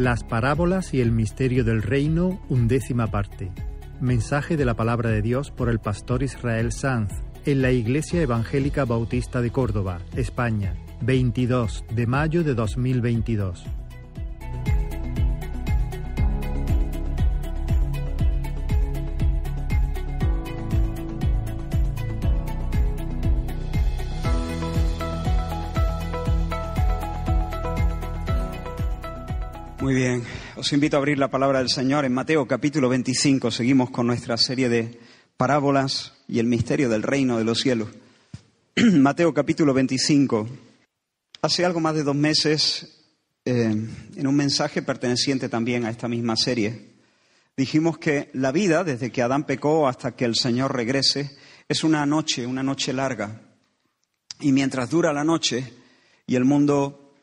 Las parábolas y el misterio del reino, 11ª parte. Mensaje de la palabra de Dios por el pastor Israel Sanz, en la Iglesia Evangélica Bautista de Córdoba, España, 22 de mayo de 2022. Muy bien, os invito a abrir la palabra del Señor en Mateo capítulo 25. Seguimos con nuestra serie de parábolas y el misterio del reino de los cielos. Mateo capítulo 25. Hace algo más de 2 meses, en un mensaje perteneciente también a esta misma serie, dijimos que la vida, desde que Adán pecó hasta que el Señor regrese, es una noche larga. Y mientras dura la noche y el mundo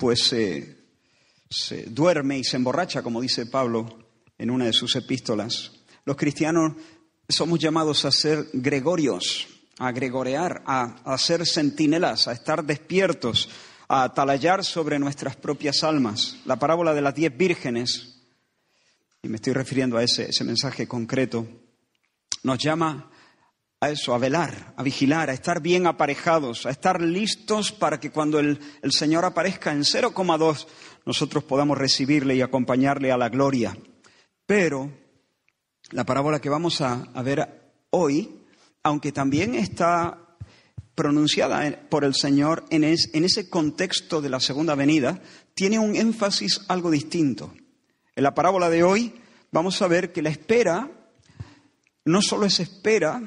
se duerme y se emborracha, como dice Pablo en una de sus epístolas, los cristianos somos llamados a ser gregorios, a gregorear, a ser centinelas, a estar despiertos, a atalayar sobre nuestras propias almas. La parábola de las 10 vírgenes, y me estoy refiriendo a ese mensaje concreto, nos llama a eso, a velar, a vigilar, a estar bien aparejados, a estar listos para que cuando el Señor aparezca en 0,2 nosotros podamos recibirle y acompañarle a la gloria. Pero la parábola que vamos a ver hoy, aunque también está pronunciada por el Señor en ese contexto de la segunda venida, tiene un énfasis algo distinto. En la parábola de hoy vamos a ver que la espera no solo es espera,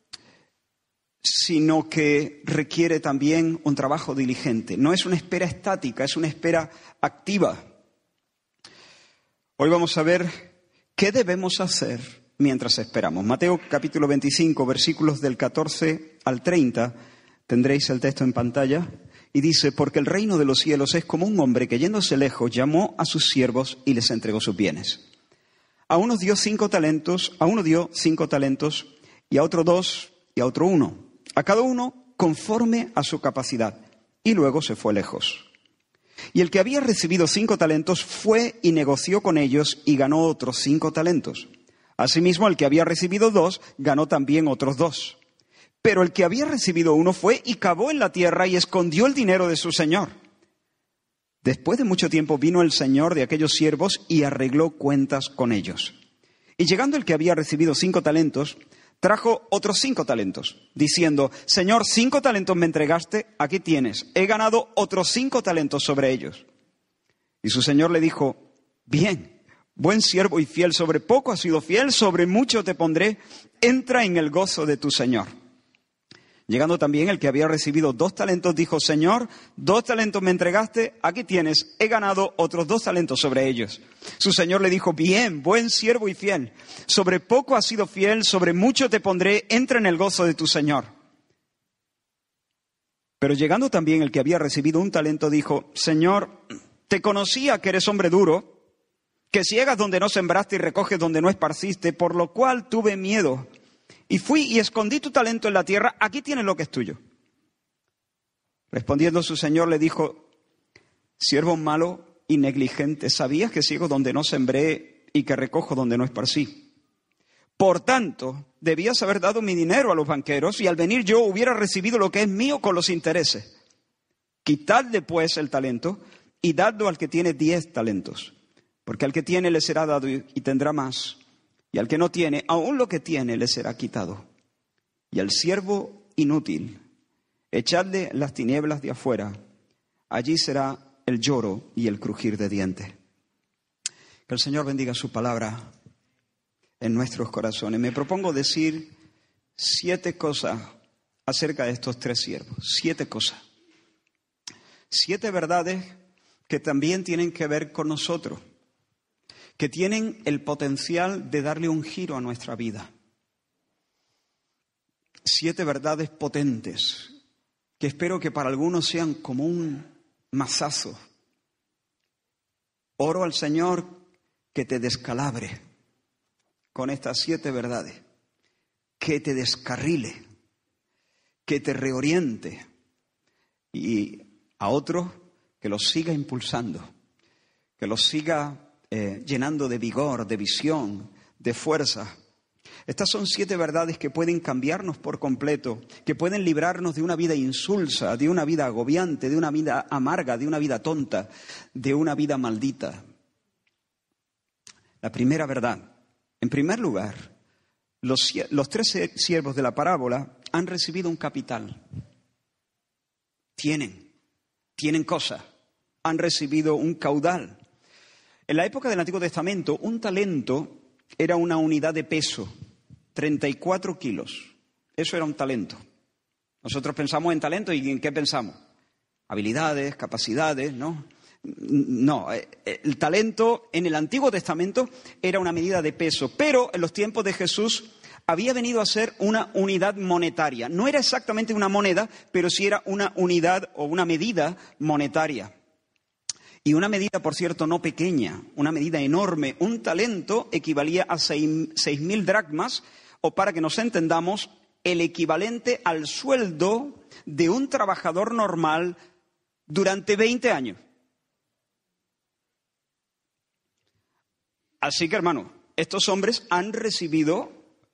sino que requiere también un trabajo diligente. No es una espera estática, es una espera activa. Hoy vamos a ver qué debemos hacer mientras esperamos. Mateo capítulo 25, versículos del 14 al 30, tendréis el texto en pantalla, y dice: porque el reino de los cielos es como un hombre que yéndose lejos llamó a sus siervos y les entregó sus bienes. A uno dio 5 talentos, y a otro 2, y a otro 1. A cada uno conforme a su capacidad, y luego se fue lejos. Y el que había recibido 5 talentos fue y negoció con ellos y ganó otros 5 talentos. Asimismo, el que había recibido 2 ganó también otros 2. Pero el que había recibido 1 fue y cavó en la tierra y escondió el dinero de su señor. Después de mucho tiempo vino el señor de aquellos siervos y arregló cuentas con ellos. Y llegando el que había recibido 5 talentos, trajo otros 5 talentos, diciendo: Señor, 5 talentos me entregaste, aquí tienes, he ganado otros 5 talentos sobre ellos. Y su señor le dijo: bien, buen siervo y fiel, sobre poco has sido fiel, sobre mucho te pondré, entra en el gozo de tu señor. Llegando también el que había recibido 2 talentos, dijo: Señor, 2 talentos me entregaste, aquí tienes, he ganado otros 2 talentos sobre ellos. Su señor le dijo: bien, buen siervo y fiel, sobre poco has sido fiel, sobre mucho te pondré, entra en el gozo de tu señor. Pero llegando también el que había recibido 1 talento, dijo: Señor, te conocía que eres hombre duro, que ciegas donde no sembraste y recoges donde no esparciste, por lo cual tuve miedo. Y fui y escondí tu talento en la tierra, aquí tienes lo que es tuyo. Respondiendo su señor le dijo: siervo malo y negligente, ¿sabías que ciego donde no sembré y que recojo donde no esparcí? Por tanto, debías haber dado mi dinero a los banqueros y al venir yo hubiera recibido lo que es mío con los intereses. Quitadle pues el talento y dadlo al que tiene 10 talentos, porque al que tiene le será dado y tendrá más. Y al que no tiene, aún lo que tiene le será quitado. Y al siervo inútil, echadle las tinieblas de afuera. Allí será el lloro y el crujir de dientes. Que el Señor bendiga su palabra en nuestros corazones. Me propongo decir 7 cosas acerca de estos 3 siervos. 7 cosas. 7 verdades que también tienen que ver con nosotros, que tienen el potencial de darle un giro a nuestra vida. 7 verdades potentes, que espero que para algunos sean como un mazazo. Oro al Señor que te descalabre con estas 7 verdades, que te descarrile, que te reoriente, y a otros que los siga impulsando, que los siga llenando de vigor, de visión, de fuerza. Estas son 7 verdades que pueden cambiarnos por completo, que pueden librarnos de una vida insulsa, de una vida agobiante, de una vida amarga, de una vida tonta, de una vida maldita. La primera verdad. En primer lugar, los 3 siervos de la parábola han recibido un capital. Tienen cosas, han recibido un caudal. En la época del Antiguo Testamento, un talento era una unidad de peso, 34 kilos. Eso era un talento. Nosotros pensamos en talento y ¿en qué pensamos? Habilidades, capacidades, ¿no? No, el talento en el Antiguo Testamento era una medida de peso, pero en los tiempos de Jesús había venido a ser una unidad monetaria. No era exactamente una moneda, pero sí era una unidad o una medida monetaria. Y una medida, por cierto, no pequeña, una medida enorme. Un talento equivalía a 6.000 dracmas, o para que nos entendamos, el equivalente al sueldo de un trabajador normal durante 20 años. Así que, hermano, estos hombres han recibido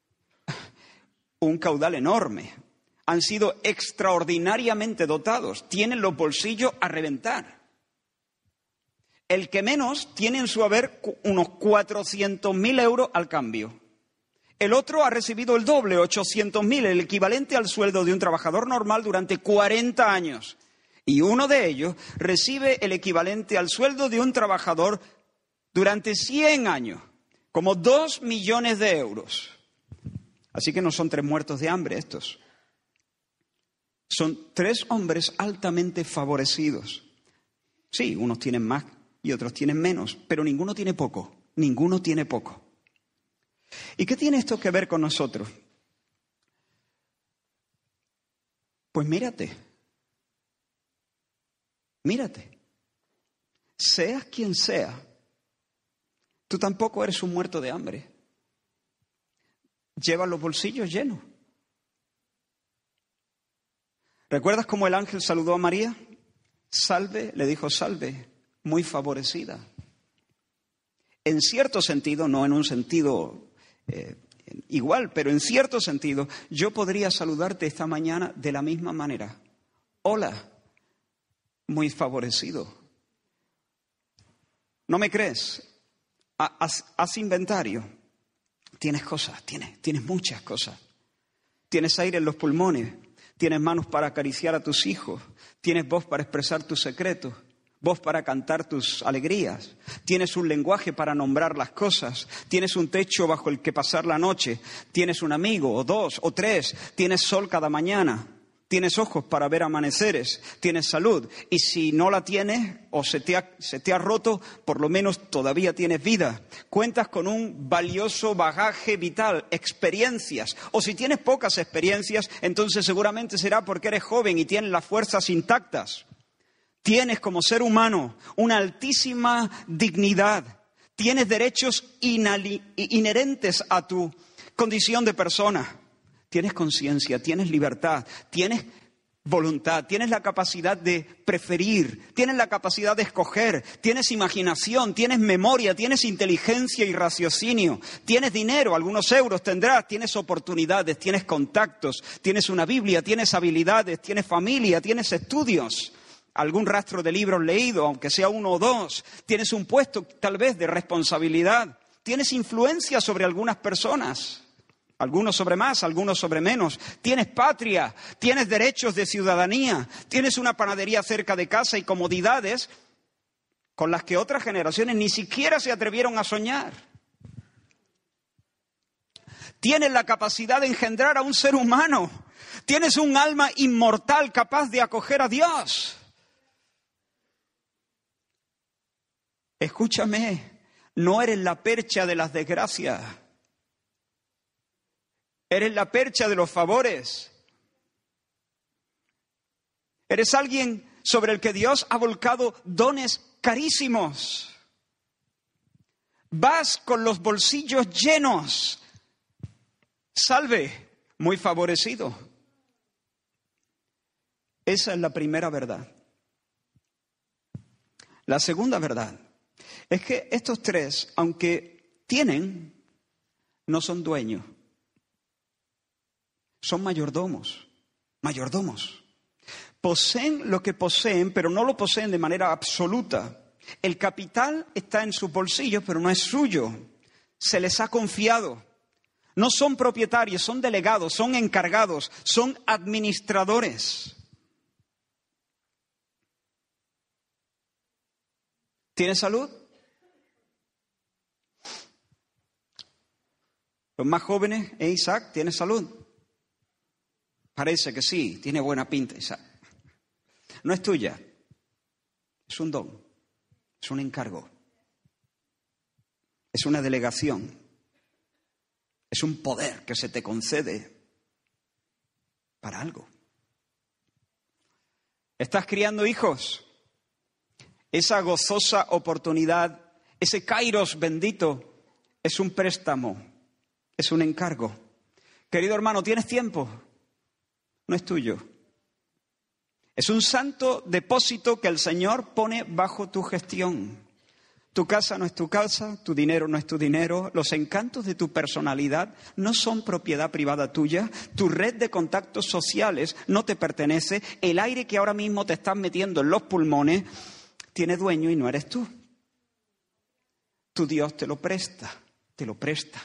un caudal enorme. Han sido extraordinariamente dotados. Tienen los bolsillos a reventar. El que menos tiene en su haber unos 400.000 euros al cambio. El otro ha recibido el doble, 800.000, el equivalente al sueldo de un trabajador normal durante 40 años. Y uno de ellos recibe el equivalente al sueldo de un trabajador durante 100 años, como 2 millones de euros. Así que no son 3 muertos de hambre estos. Son 3 hombres altamente favorecidos. Sí, unos tienen más y otros tienen menos, pero ninguno tiene poco. Ninguno tiene poco. ¿Y qué tiene esto que ver con nosotros? Pues mírate. Seas quien sea, tú tampoco eres un muerto de hambre. Llevas los bolsillos llenos. ¿Recuerdas cómo el ángel saludó a María? Salve, le dijo salve, muy favorecida. En cierto sentido, no en un sentido igual, pero en cierto sentido, yo podría saludarte esta mañana de la misma manera. Hola, muy favorecido. ¿No me crees? Haz inventario. Tienes cosas, tienes muchas cosas. Tienes aire en los pulmones, tienes manos para acariciar a tus hijos, tienes voz para expresar tus secretos, voz para cantar tus alegrías, tienes un lenguaje para nombrar las cosas, tienes un techo bajo el que pasar la noche, tienes un amigo, o 2, o 3, tienes sol cada mañana, tienes ojos para ver amaneceres, tienes salud, y si no la tienes o se te ha roto, por lo menos todavía tienes vida. Cuentas con un valioso bagaje vital, experiencias, o si tienes pocas experiencias, entonces seguramente será porque eres joven y tienes las fuerzas intactas. Tienes como ser humano una altísima dignidad. Tienes derechos inherentes a tu condición de persona. Tienes conciencia, tienes libertad, tienes voluntad, tienes la capacidad de preferir, tienes la capacidad de escoger, tienes imaginación, tienes memoria, tienes inteligencia y raciocinio, tienes dinero, algunos euros tendrás, tienes oportunidades, tienes contactos, tienes una Biblia, tienes habilidades, tienes familia, tienes estudios. Algún rastro de libros leídos, aunque sea 1 o 2. Tienes un puesto, tal vez, de responsabilidad. Tienes influencia sobre algunas personas. Algunos sobre más, algunos sobre menos. Tienes patria, tienes derechos de ciudadanía. Tienes una panadería cerca de casa y comodidades con las que otras generaciones ni siquiera se atrevieron a soñar. Tienes la capacidad de engendrar a un ser humano. Tienes un alma inmortal capaz de acoger a Dios. Escúchame, no eres la percha de las desgracias. Eres la percha de los favores. Eres alguien sobre el que Dios ha volcado dones carísimos. Vas con los bolsillos llenos. Salve, muy favorecido. Esa es la primera verdad. La segunda verdad. es que estos tres, aunque tienen, no son dueños. Son mayordomos. Poseen lo que poseen, pero no lo poseen de manera absoluta. El capital está en sus bolsillos, pero no es suyo. Se les ha confiado. No son propietarios, son delegados, son encargados, son administradores. ¿Tienes salud? Los más jóvenes, Isaac, ¿tienes salud? Parece que sí, tiene buena pinta, Isaac. No es tuya, es un don, es un encargo, es una delegación, es un poder que se te concede para algo. ¿Estás criando hijos? Esa gozosa oportunidad, ese kairos bendito, es un préstamo, es un encargo. Querido hermano, ¿tienes tiempo? No es tuyo. Es un santo depósito que el Señor pone bajo tu gestión. Tu casa no es tu casa, tu dinero no es tu dinero, los encantos de tu personalidad no son propiedad privada tuya, tu red de contactos sociales no te pertenece, el aire que ahora mismo te estás metiendo en los pulmones tiene dueño y no eres tú. Tu Dios te lo presta, te lo presta.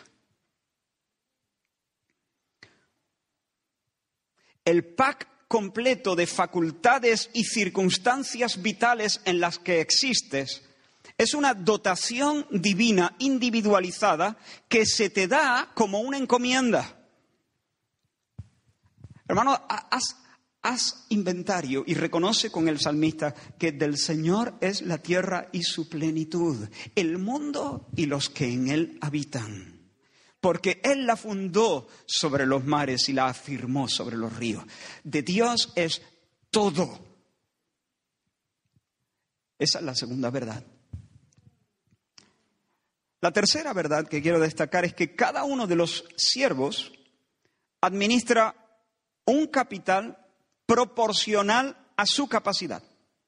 El pack completo de facultades y circunstancias vitales en las que existes es una dotación divina individualizada que se te da como una encomienda. Hermano, haz inventario y reconoce con el salmista que del Señor es la tierra y su plenitud, el mundo y los que en él habitan. Porque Él la fundó sobre los mares y la afirmó sobre los ríos. De Dios es todo. Esa es la segunda verdad. La tercera verdad que quiero destacar es que cada uno de los siervos administra un capital proporcional a su capacidad.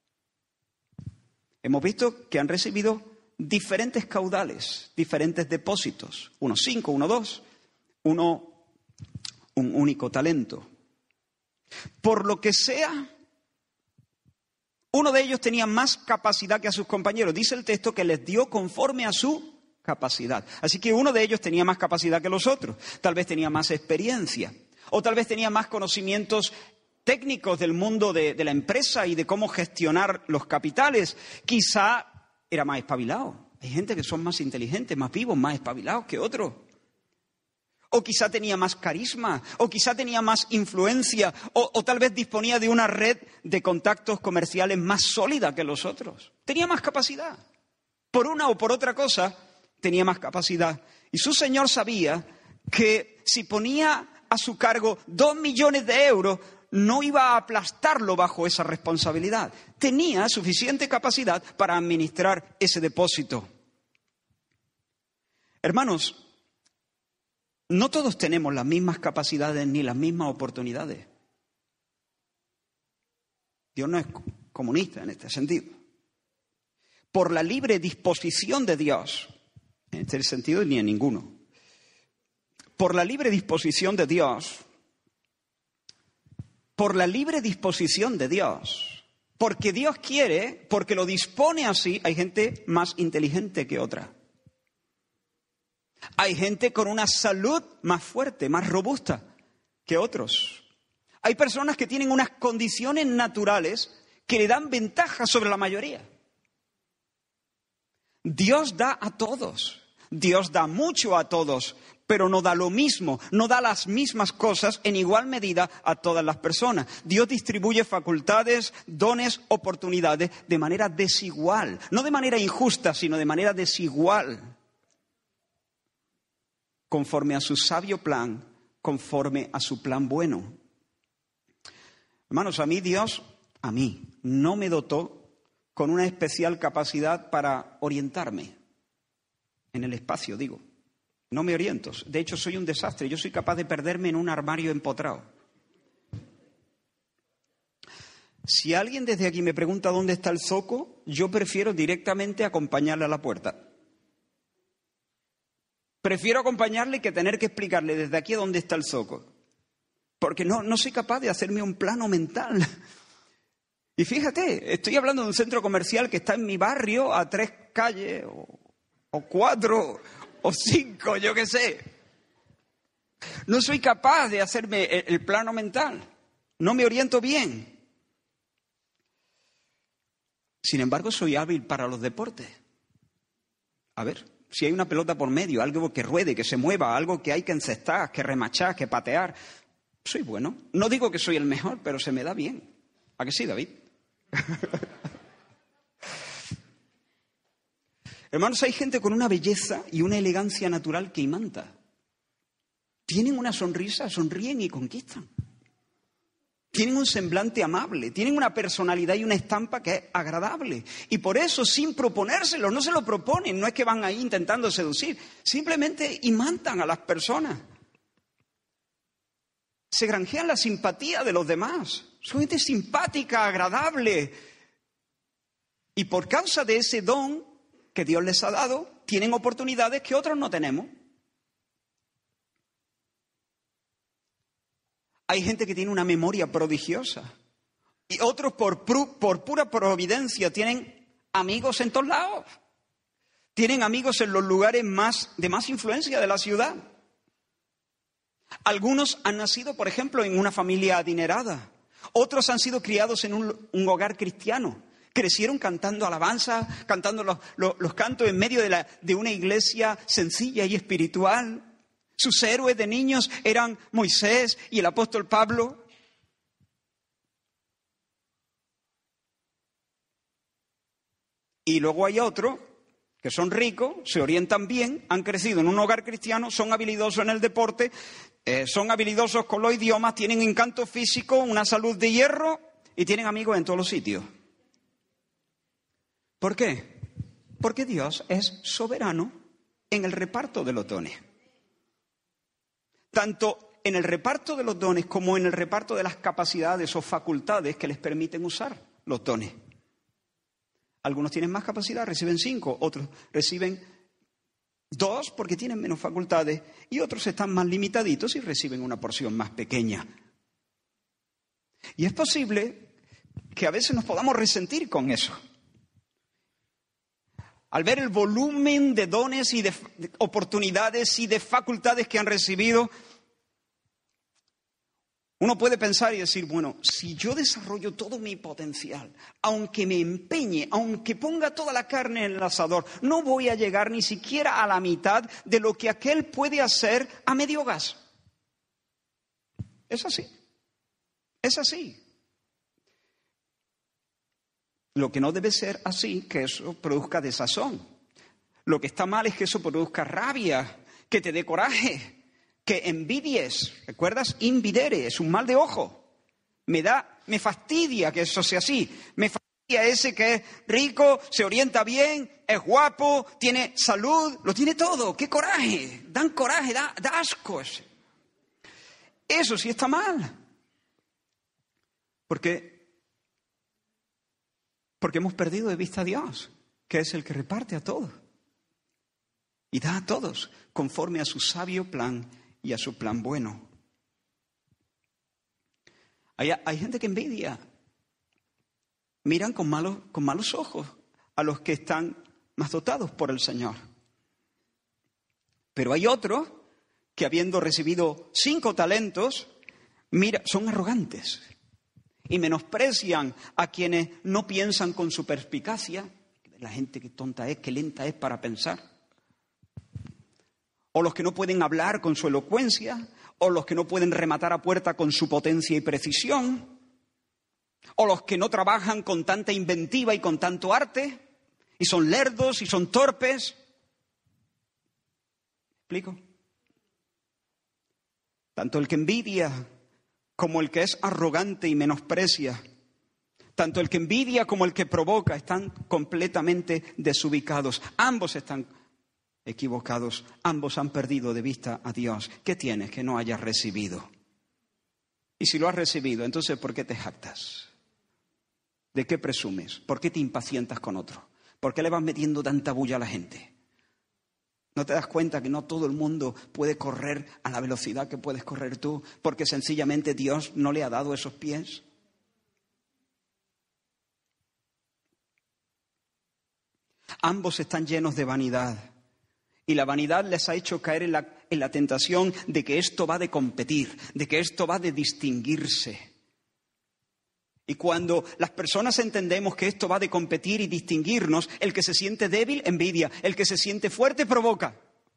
Hemos visto que han recibido diferentes caudales, diferentes depósitos. Uno 5, uno 2, uno un único talento. Por lo que sea, uno de ellos tenía más capacidad que a sus compañeros. Dice el texto que les dio conforme a su capacidad. Así que uno de ellos tenía más capacidad que los otros. Tal vez tenía más experiencia. O tal vez tenía más conocimientos técnicos del mundo de la empresa y de cómo gestionar los capitales. Quizá era más espabilado. Hay gente que son más inteligentes, más vivos, más espabilados que otros. O quizá tenía más carisma, o quizá tenía más influencia, o tal vez disponía de una red de contactos comerciales más sólida que los otros. Tenía más capacidad. Por una o por otra cosa, tenía más capacidad. Y su señor sabía que si ponía a su cargo 2 millones de euros, no iba a aplastarlo bajo esa responsabilidad. Tenía suficiente capacidad para administrar ese depósito. Hermanos, no todos tenemos las mismas capacidades ni las mismas oportunidades. Dios no es comunista en este sentido. Por la libre disposición de Dios, en este sentido ni en ninguno, por la libre disposición de Dios, porque Dios quiere, porque lo dispone así, hay gente más inteligente que otra. Hay gente con una salud más fuerte, más robusta que otros. Hay personas que tienen unas condiciones naturales que le dan ventaja sobre la mayoría. Dios da a todos, Dios da mucho a todos, pero no da lo mismo, no da las mismas cosas en igual medida a todas las personas. Dios distribuye facultades, dones, oportunidades de manera desigual, no de manera injusta, sino de manera desigual, conforme a su sabio plan, conforme a su plan bueno. Hermanos, Dios no me dotó con una especial capacidad para orientarme en el espacio, digo. No me oriento. De hecho, soy un desastre. Yo soy capaz de perderme en un armario empotrado. Si alguien desde aquí me pregunta dónde está el zoco, yo prefiero directamente acompañarle a la puerta. Prefiero acompañarle que tener que explicarle desde aquí dónde está el zoco. Porque no soy capaz de hacerme un plano mental. Y fíjate, estoy hablando de un centro comercial que está en mi barrio a 3 calles, o 4, o 5, yo qué sé. No soy capaz de hacerme el plano mental. No me oriento bien. Sin embargo, soy hábil para los deportes. A ver, si hay una pelota por medio, algo que ruede, que se mueva, algo que hay que encestar, que remachar, que patear, soy bueno. No digo que soy el mejor, pero se me da bien. ¿A que sí, David? Hermanos, hay gente con una belleza y una elegancia natural que imanta. Tienen una sonrisa, sonríen y conquistan. Tienen un semblante amable, tienen una personalidad y una estampa que es agradable. Y por eso, sin proponérselo, no se lo proponen, no es que van ahí intentando seducir, simplemente imantan a las personas. Se granjean la simpatía de los demás. Son gente simpática, agradable. Y por causa de ese don que Dios les ha dado, tienen oportunidades que otros no tenemos. Hay gente que tiene una memoria prodigiosa. Y otros por pura providencia tienen amigos en todos lados. Tienen amigos en los lugares de más influencia de la ciudad. Algunos han nacido, por ejemplo, en una familia adinerada. Otros han sido criados en un hogar cristiano. Crecieron cantando alabanza, cantando los cantos en medio de una iglesia sencilla y espiritual. Sus héroes de niños eran Moisés y el apóstol Pablo. Y luego hay otros que son ricos, se orientan bien, han crecido en un hogar cristiano, son habilidosos en el deporte, son habilidosos con los idiomas, tienen encanto físico, una salud de hierro y tienen amigos en todos los sitios. ¿Por qué? Porque Dios es soberano en el reparto de los dones. Tanto en el reparto de los dones como en el reparto de las capacidades o facultades que les permiten usar los dones. Algunos tienen más capacidad, reciben 5, otros reciben 2 porque tienen menos facultades y otros están más limitaditos y reciben una porción más pequeña. Y es posible que a veces nos podamos resentir con eso. Al ver el volumen de dones y de oportunidades y de facultades que han recibido, uno puede pensar y decir, bueno, si yo desarrollo todo mi potencial, aunque me empeñe, aunque ponga toda la carne en el asador, no voy a llegar ni siquiera a la mitad de lo que aquel puede hacer a medio gas. Es así. Es así. Lo que no debe ser así, que eso produzca desazón. Lo que está mal es que eso produzca rabia, que te dé coraje, que envidies. ¿Recuerdas? Invidere, es un mal de ojo. Me fastidia que eso sea así. Me fastidia ese que es rico, se orienta bien, es guapo, tiene salud, lo tiene todo. ¡Qué coraje! Dan coraje, da asco ese. Eso sí está mal. Porque hemos perdido de vista a Dios, que es el que reparte a todos. Y da a todos conforme a su sabio plan y a su plan bueno. Hay gente que envidia. Miran con malos ojos a los que están más dotados por el Señor. Pero hay otros que habiendo recibido 5 talentos, son arrogantes. Y menosprecian a quienes no piensan con su perspicacia. La gente que tonta es, que lenta es para pensar. O los que no pueden hablar con su elocuencia. O los que no pueden rematar a puerta con su potencia y precisión. O los que no trabajan con tanta inventiva y con tanto arte. Y son lerdos y son torpes. ¿Me explico? Tanto el que envidia como el que es arrogante y menosprecia, tanto el que envidia como el que provoca, están completamente desubicados. Ambos están equivocados, ambos han perdido de vista a Dios. ¿Qué tienes que no hayas recibido? Y si lo has recibido, entonces ¿por qué te jactas? ¿De qué presumes? ¿Por qué te impacientas con otro? ¿Por qué le vas metiendo tanta bulla a la gente? ¿No te das cuenta que no todo el mundo puede correr a la velocidad que puedes correr tú? Porque sencillamente Dios no le ha dado esos pies. Ambos están llenos de vanidad. Y la vanidad les ha hecho caer en la tentación de que esto va de competir, de que esto va de distinguirse. Y cuando las personas entendemos que esto va de competir y distinguirnos, el que se siente débil envidia, el que se siente fuerte provoca.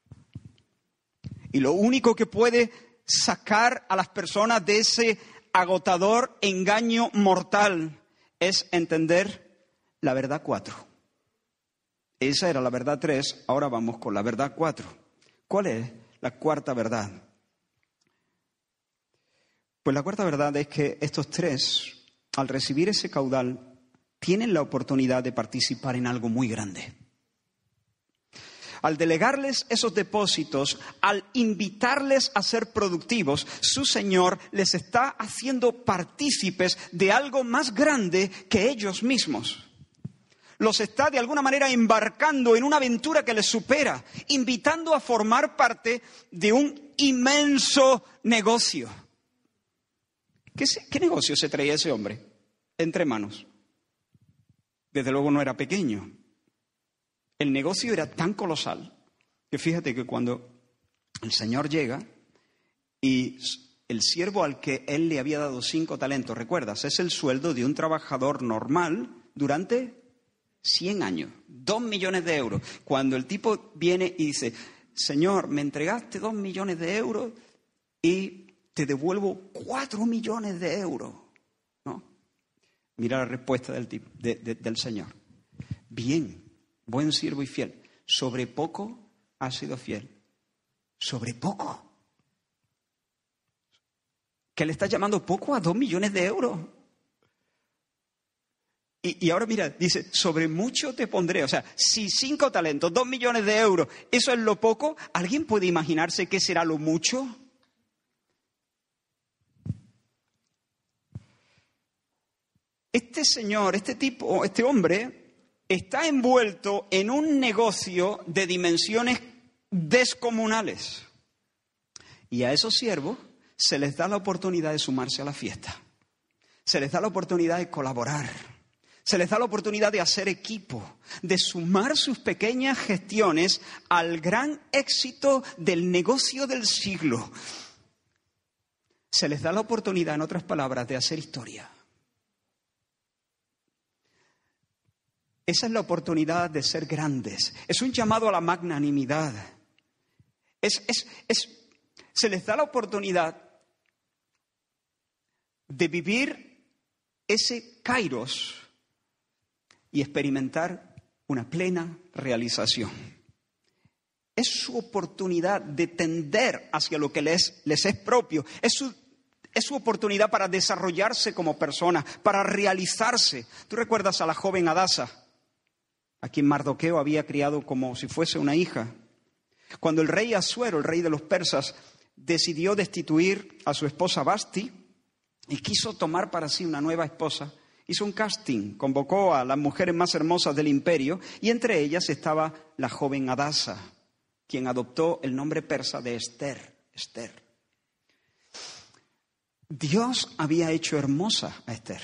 Y lo único que puede sacar a las personas de ese agotador engaño mortal es entender la verdad 4. Esa era la verdad 3, ahora vamos con la verdad 4. ¿Cuál es la cuarta verdad? Pues la cuarta verdad es que estos tres, al recibir ese caudal, tienen la oportunidad de participar en algo muy grande. Al delegarles esos depósitos, al invitarles a ser productivos, su Señor les está haciendo partícipes de algo más grande que ellos mismos. Los está de alguna manera embarcando en una aventura que les supera, invitando a formar parte de un inmenso negocio. ¿Qué negocio se traía ese hombre entre manos? Desde luego no era pequeño. El negocio era tan colosal que fíjate que cuando el Señor llega y el siervo al que él le había dado 5 talentos, ¿recuerdas? Es el sueldo de un trabajador normal durante 100 años, 2 millones de euros. Cuando el tipo viene y dice, Señor, me entregaste 2 millones de euros y te devuelvo 4 millones de euros. ¿No? Mira la respuesta del Señor. Bien, buen siervo y fiel. Sobre poco has sido fiel. ¿Sobre poco? ¿Que le estás llamando poco a 2 millones de euros? Y ahora mira, dice, sobre mucho te pondré. O sea, si 5 talentos, 2 millones de euros, eso es lo poco, ¿alguien puede imaginarse qué será lo mucho? Este señor, este hombre, está envuelto en un negocio de dimensiones descomunales. Y a esos siervos se les da la oportunidad de sumarse a la fiesta. Se les da la oportunidad de colaborar. Se les da la oportunidad de hacer equipo, de sumar sus pequeñas gestiones al gran éxito del negocio del siglo. Se les da la oportunidad, en otras palabras, de hacer historia. Esa es la oportunidad de ser grandes. Es un llamado a la magnanimidad. Se les da la oportunidad de vivir ese kairos y experimentar una plena realización. Es su oportunidad de tender hacia lo que les es propio. Es su oportunidad para desarrollarse como persona, para realizarse. ¿Tú recuerdas a la joven Hadasa, a quien Mardoqueo había criado como si fuese una hija? Cuando el rey Asuero, el rey de los persas, decidió destituir a su esposa Vasti y quiso tomar para sí una nueva esposa, hizo un casting, convocó a las mujeres más hermosas del imperio y entre ellas estaba la joven Hadasa, quien adoptó el nombre persa de Esther. Dios había hecho hermosa a Esther.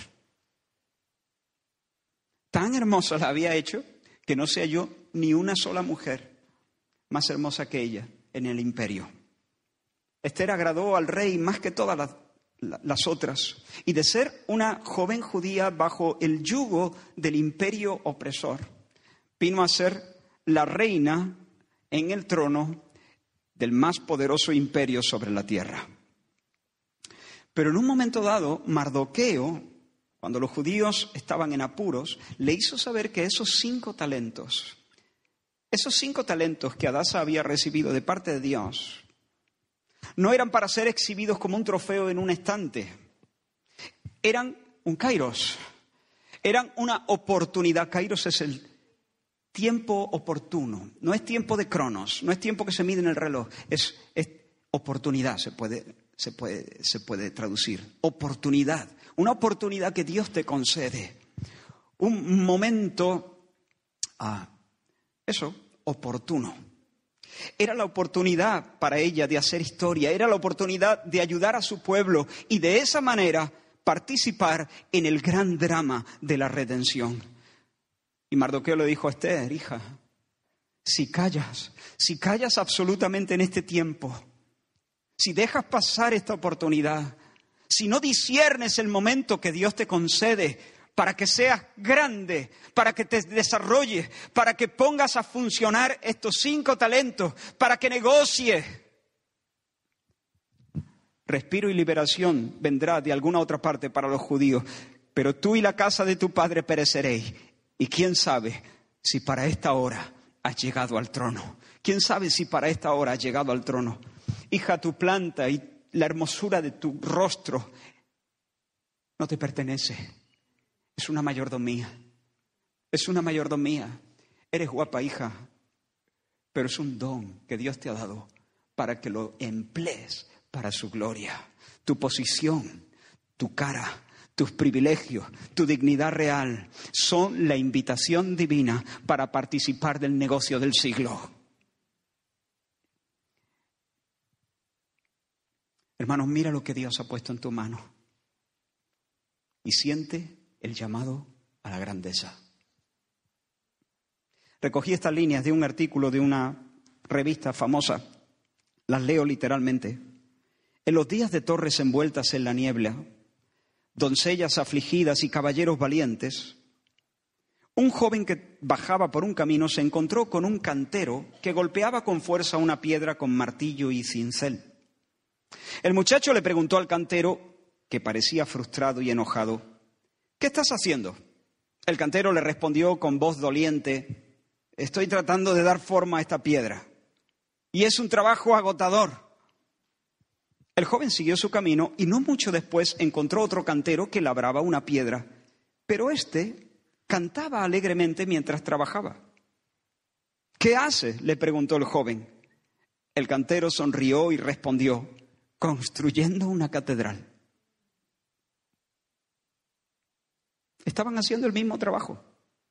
Tan hermosa la había hecho que no se halló ni una sola mujer más hermosa que ella en el imperio. Esther agradó al rey más que todas las otras. Y de ser una joven judía bajo el yugo del imperio opresor, vino a ser la reina en el trono del más poderoso imperio sobre la tierra. Pero en un momento dado, Mardoqueo, cuando los judíos estaban en apuros, le hizo saber que esos 5 talentos que Hadasa había recibido de parte de Dios, no eran para ser exhibidos como un trofeo en un estante. Eran un kairos. Eran una oportunidad. Kairos es el tiempo oportuno. No es tiempo de cronos. No es tiempo que se mide en el reloj. Es oportunidad, se puede traducir. Oportunidad. Una oportunidad que Dios te concede. un momento, oportuno. Era la oportunidad para ella de hacer historia, era la oportunidad de ayudar a su pueblo y de esa manera participar en el gran drama de la redención. Y Mardoqueo le dijo a Esther: hija, si callas absolutamente en este tiempo, si dejas pasar esta oportunidad, si no disciernes el momento que Dios te concede para que seas grande, para que te desarrolles, para que pongas a funcionar estos 5 talentos, para que negocies, respiro y liberación vendrá de alguna otra parte para los judíos, pero tú y la casa de tu padre pereceréis. Y quién sabe si para esta hora has llegado al trono. ¿Quién sabe si para esta hora has llegado al trono? Hija, tu planta y la hermosura de tu rostro no te pertenece. Es una mayordomía. Es una mayordomía. Eres guapa, hija, pero es un don que Dios te ha dado para que lo emplees para su gloria. Tu posición, tu cara, tus privilegios, tu dignidad real son la invitación divina para participar del negocio del siglo. Hermanos, mira lo que Dios ha puesto en tu mano y siente el llamado a la grandeza. Recogí estas líneas de un artículo de una revista famosa. Las leo literalmente. En los días de torres envueltas en la niebla, doncellas afligidas y caballeros valientes, un joven que bajaba por un camino se encontró con un cantero que golpeaba con fuerza una piedra con martillo y cincel. El muchacho le preguntó al cantero, que parecía frustrado y enojado: ¿qué estás haciendo? El cantero le respondió con voz doliente: estoy tratando de dar forma a esta piedra. Y es un trabajo agotador. El joven siguió su camino y no mucho después encontró otro cantero que labraba una piedra, pero éste cantaba alegremente mientras trabajaba. ¿Qué haces?, le preguntó el joven. El cantero sonrió y respondió: construyendo una catedral. Estaban haciendo el mismo trabajo.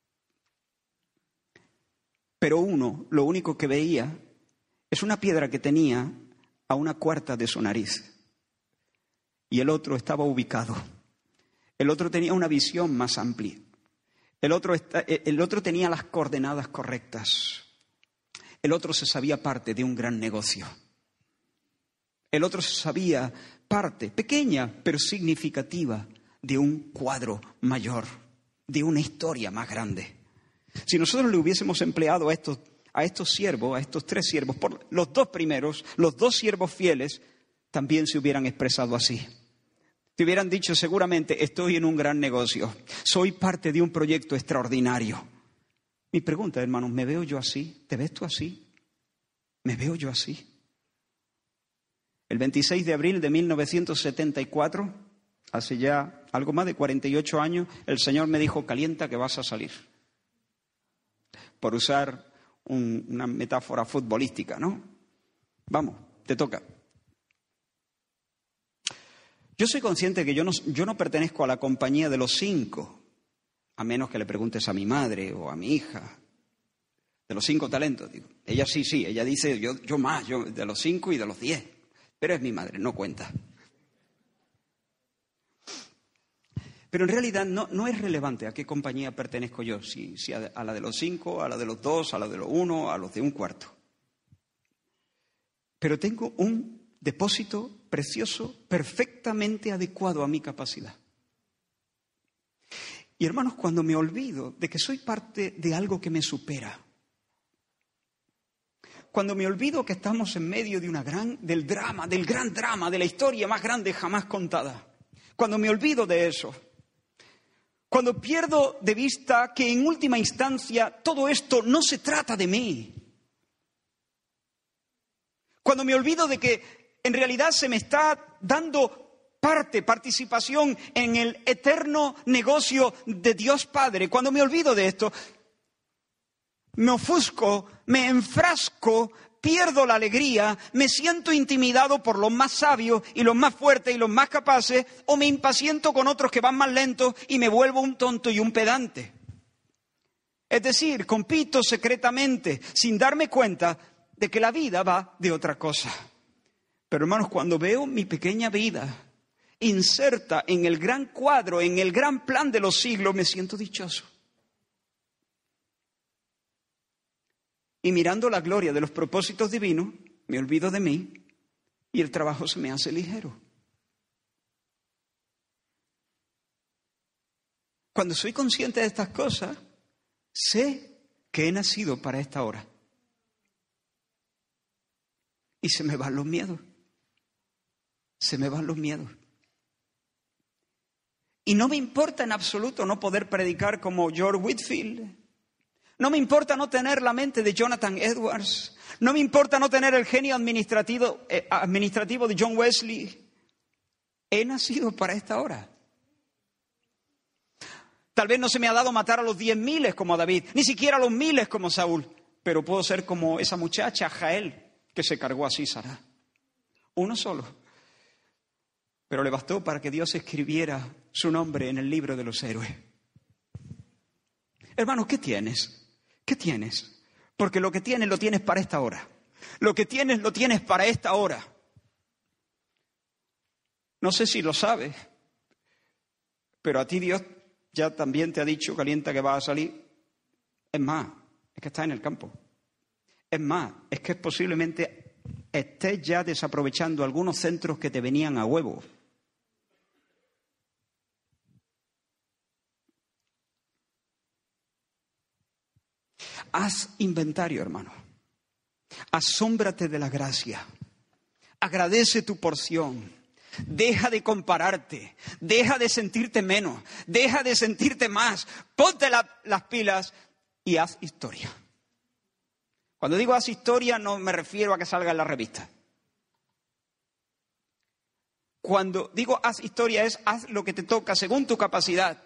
Pero uno, lo único que veía es una piedra que tenía a 1/4 de su nariz. Y el otro estaba ubicado. El otro tenía una visión más amplia. El otro tenía las coordenadas correctas. El otro se sabía parte de un gran negocio. El otro se sabía parte, pequeña pero significativa, de un cuadro mayor, de una historia más grande. Si nosotros le hubiésemos empleado a estos siervos, a estos 3 siervos, por los 2 primeros, los 2 siervos fieles, también se hubieran expresado así. Te hubieran dicho seguramente: estoy en un gran negocio, soy parte de un proyecto extraordinario. Mi pregunta, hermanos, ¿me veo yo así? ¿Te ves tú así? ¿Me veo yo así? El 26 de abril de 1974, hace ya algo más de 48 años, el Señor me dijo: calienta que vas a salir. Por usar una metáfora futbolística, ¿no? Vamos, te toca. Yo soy consciente que yo no pertenezco a la compañía de los 5, a menos que le preguntes a mi madre o a mi hija, de los 5 talentos. Digo. Ella sí, ella dice yo más, yo de los 5 y de los 10, pero es mi madre, no cuenta. Pero en realidad no es relevante a qué compañía pertenezco yo, si a la de los 5, a la de los 2, a la de los 1, a los de 1/4. Pero tengo un depósito precioso, perfectamente adecuado a mi capacidad. Y hermanos, cuando me olvido de que soy parte de algo que me supera, cuando me olvido que estamos en medio de del gran drama, de la historia más grande jamás contada, cuando me olvido de eso, cuando pierdo de vista que en última instancia todo esto no se trata de mí, cuando me olvido de que en realidad se me está dando participación en el eterno negocio de Dios Padre, cuando me olvido de esto, me ofusco, me enfrasco, pierdo la alegría, me siento intimidado por los más sabios y los más fuertes y los más capaces, o me impaciento con otros que van más lentos y me vuelvo un tonto y un pedante. Es decir, compito secretamente, sin darme cuenta de que la vida va de otra cosa. Pero hermanos, cuando veo mi pequeña vida inserta en el gran cuadro, en el gran plan de los siglos, me siento dichoso. Y mirando la gloria de los propósitos divinos, me olvido de mí y el trabajo se me hace ligero. Cuando soy consciente de estas cosas, sé que he nacido para esta hora. Y se me van los miedos. Se me van los miedos. Y no me importa en absoluto no poder predicar como George Whitefield. No me importa no tener la mente de Jonathan Edwards. No me importa no tener el genio administrativo de John Wesley. He nacido para esta hora. Tal vez no se me ha dado matar a los 10,000 como a David, ni siquiera a los 1,000 como Saúl. Pero puedo ser como esa muchacha, Jael, que se cargó a Sísara. Uno solo. Pero le bastó para que Dios escribiera su nombre en el libro de los héroes. Hermanos, ¿qué tienes? ¿Qué tienes? Porque lo que tienes lo tienes para esta hora. Lo que tienes lo tienes para esta hora. No sé si lo sabes, pero a ti Dios ya también te ha dicho, calienta, que vas a salir. Es más, es que estás en el campo. Es más, es que posiblemente estés ya desaprovechando algunos centros que te venían a huevo. Haz inventario, hermano. Asómbrate de la gracia. Agradece tu porción. Deja de compararte. Deja de sentirte menos. Deja de sentirte más. Ponte las pilas y haz historia. Cuando digo haz historia, no me refiero a que salga en la revista. Cuando digo haz historia es haz lo que te toca según tu capacidad.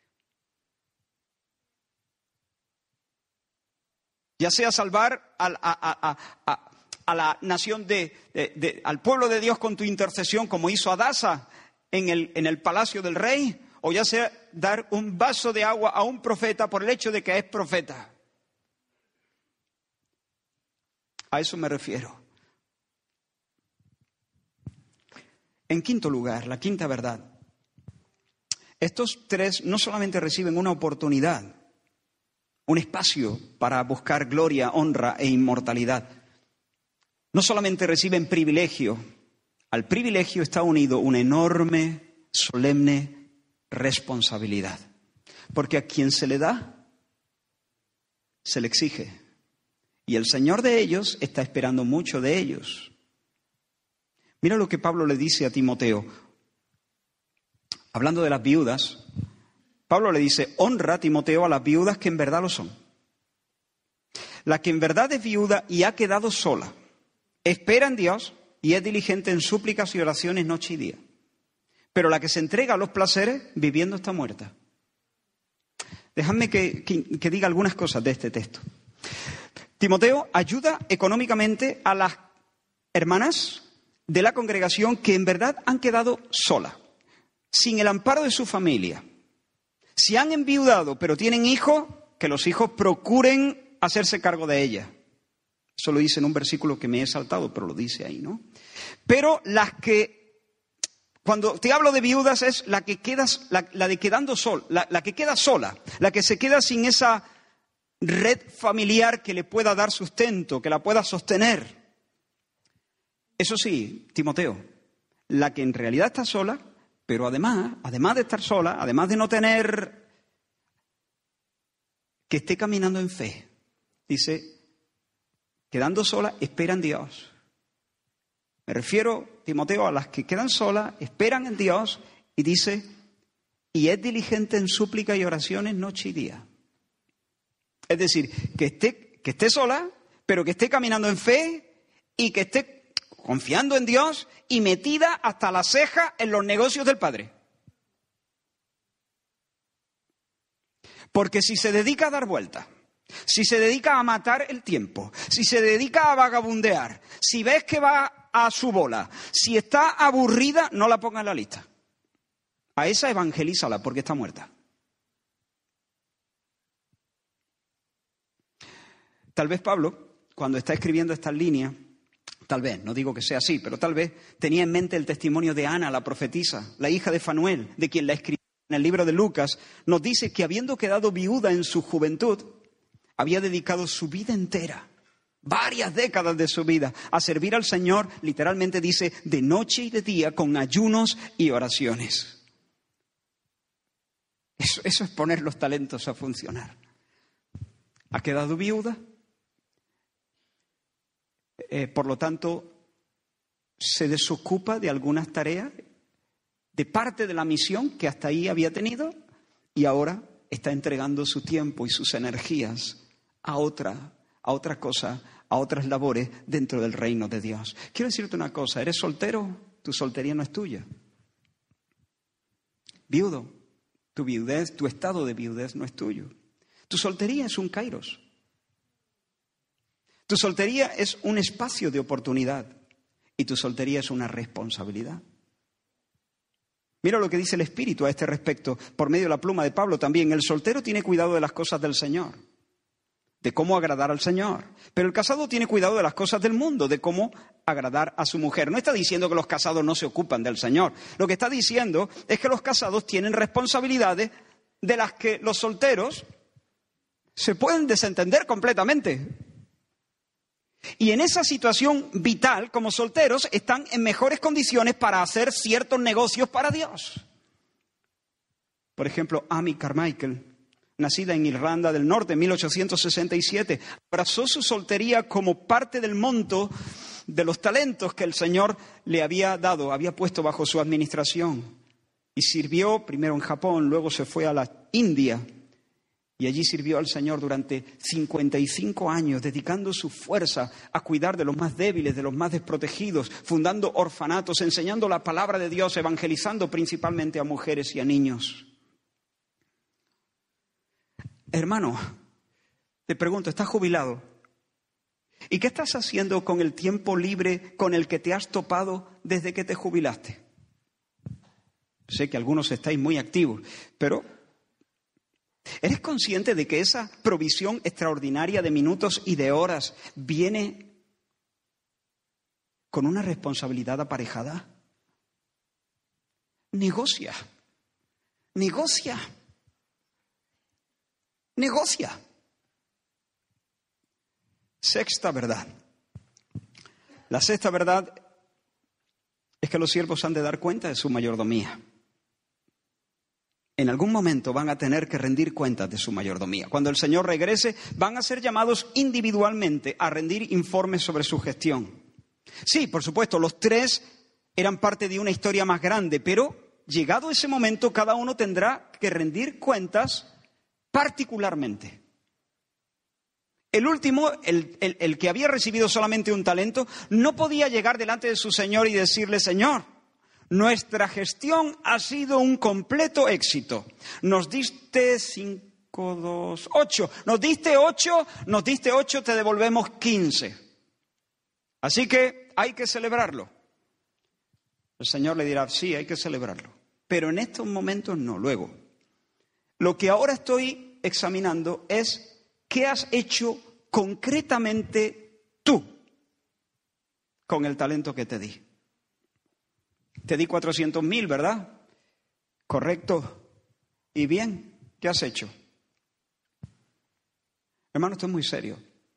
Ya sea salvar a la nación al pueblo de Dios con tu intercesión, como hizo Adasa en el palacio del rey, o ya sea dar un vaso de agua a un profeta por el hecho de que es profeta. A eso me refiero. En quinto lugar, la quinta verdad. Estos tres no solamente reciben una oportunidad, un espacio para buscar gloria, honra e inmortalidad. No solamente reciben privilegio, al privilegio está unido una enorme, solemne responsabilidad. Porque a quien se le da, se le exige. Y el Señor de ellos está esperando mucho de ellos. Mira lo que Pablo le dice a Timoteo. Hablando de las viudas, Pablo le dice, honra, Timoteo, a las viudas que en verdad lo son. La que en verdad es viuda y ha quedado sola, espera en Dios y es diligente en súplicas y oraciones noche y día. Pero la que se entrega a los placeres, viviendo está muerta. Dejadme que diga algunas cosas de este texto. Timoteo ayuda económicamente a las hermanas de la congregación que en verdad han quedado solas, sin el amparo de su familia. Si han enviudado pero tienen hijos, que los hijos procuren hacerse cargo de ellas. Eso lo dice en un versículo que me he saltado, pero lo dice ahí, ¿no? Pero las que, cuando te hablo de viudas, es la que quedas, la de quedando sola, la que queda sola, la que se queda sin esa red familiar que le pueda dar sustento, que la pueda sostener. Eso sí, Timoteo, la que en realidad está sola, pero además de estar sola, además de no tener, que esté caminando en fe. Dice, quedando sola, espera en Dios. Me refiero, Timoteo, a las que quedan solas, esperan en Dios, y dice, y es diligente en súplica y oraciones noche y día. Es decir, que esté sola, pero que esté caminando en fe y que esté confiando en Dios y metida hasta la ceja en los negocios del Padre. Porque si se dedica a dar vueltas, si se dedica a matar el tiempo, si se dedica a vagabundear, si ves que va a su bola, si está aburrida, no la ponga en la lista. A esa evangelízala porque está muerta. Tal vez Pablo, cuando está escribiendo estas líneas, tal vez, no digo que sea así, pero tal vez tenía en mente el testimonio de Ana, la profetisa, la hija de Fanuel, de quien la escribió en el libro de Lucas. Nos dice que habiendo quedado viuda en su juventud, había dedicado su vida entera, varias décadas de su vida, a servir al Señor, literalmente dice, de noche y de día, con ayunos y oraciones. Eso es poner los talentos a funcionar. ¿Ha quedado viuda? Por lo tanto, se desocupa de algunas tareas, de parte de la misión que hasta ahí había tenido, y ahora está entregando su tiempo y sus energías a otra cosa, a otras labores dentro del reino de Dios. Quiero decirte una cosa, ¿eres soltero? Tu soltería no es tuya. Viudo, tu viudez, tu estado de viudez no es tuyo. Tu soltería es un kairos. Tu soltería es un espacio de oportunidad y tu soltería es una responsabilidad. Mira lo que dice el Espíritu a este respecto por medio de la pluma de Pablo también. El soltero tiene cuidado de las cosas del Señor, de cómo agradar al Señor. Pero el casado tiene cuidado de las cosas del mundo, de cómo agradar a su mujer. No está diciendo que los casados no se ocupan del Señor. Lo que está diciendo es que los casados tienen responsabilidades de las que los solteros se pueden desentender completamente. Y en esa situación vital, como solteros, están en mejores condiciones para hacer ciertos negocios para Dios. Por ejemplo, Amy Carmichael, nacida en Irlanda del Norte en 1867, abrazó su soltería como parte del monto de los talentos que el Señor le había dado, había puesto bajo su administración. Y sirvió primero en Japón, luego se fue a la India. Y allí sirvió al Señor durante 55 años, dedicando su fuerza a cuidar de los más débiles, de los más desprotegidos, fundando orfanatos, enseñando la palabra de Dios, evangelizando principalmente a mujeres y a niños. Hermano, te pregunto, ¿estás jubilado? ¿Y qué estás haciendo con el tiempo libre con el que te has topado desde que te jubilaste? Sé que algunos estáis muy activos, pero ¿eres consciente de que esa provisión extraordinaria de minutos y de horas viene con una responsabilidad aparejada? Negocia. Sexta verdad. La sexta verdad es que los siervos han de dar cuenta de su mayordomía. En algún momento van a tener que rendir cuentas de su mayordomía. Cuando el Señor regrese, van a ser llamados individualmente a rendir informes sobre su gestión. Sí, por supuesto, los tres eran parte de una historia más grande, pero llegado ese momento, cada uno tendrá que rendir cuentas particularmente. El último, el que había recibido solamente un talento, no podía llegar delante de su Señor y decirle: Señor, nuestra gestión ha sido un completo éxito. Nos diste 5, 2, 8. Nos diste 8, te devolvemos 15. Así que hay que celebrarlo. El Señor le dirá: sí, hay que celebrarlo. Pero en estos momentos no, luego. Lo que ahora estoy examinando es qué has hecho concretamente tú con el talento que te di. Te di 400,000, ¿verdad? Correcto. ¿Y bien? ¿Qué has hecho? Hermano, esto es muy serio.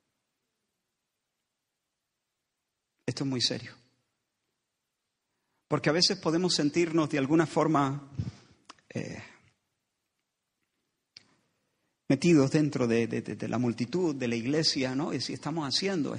Esto es muy serio. Porque a veces podemos sentirnos de alguna forma metidos dentro de la multitud, de la iglesia, ¿no? Y si estamos haciendo,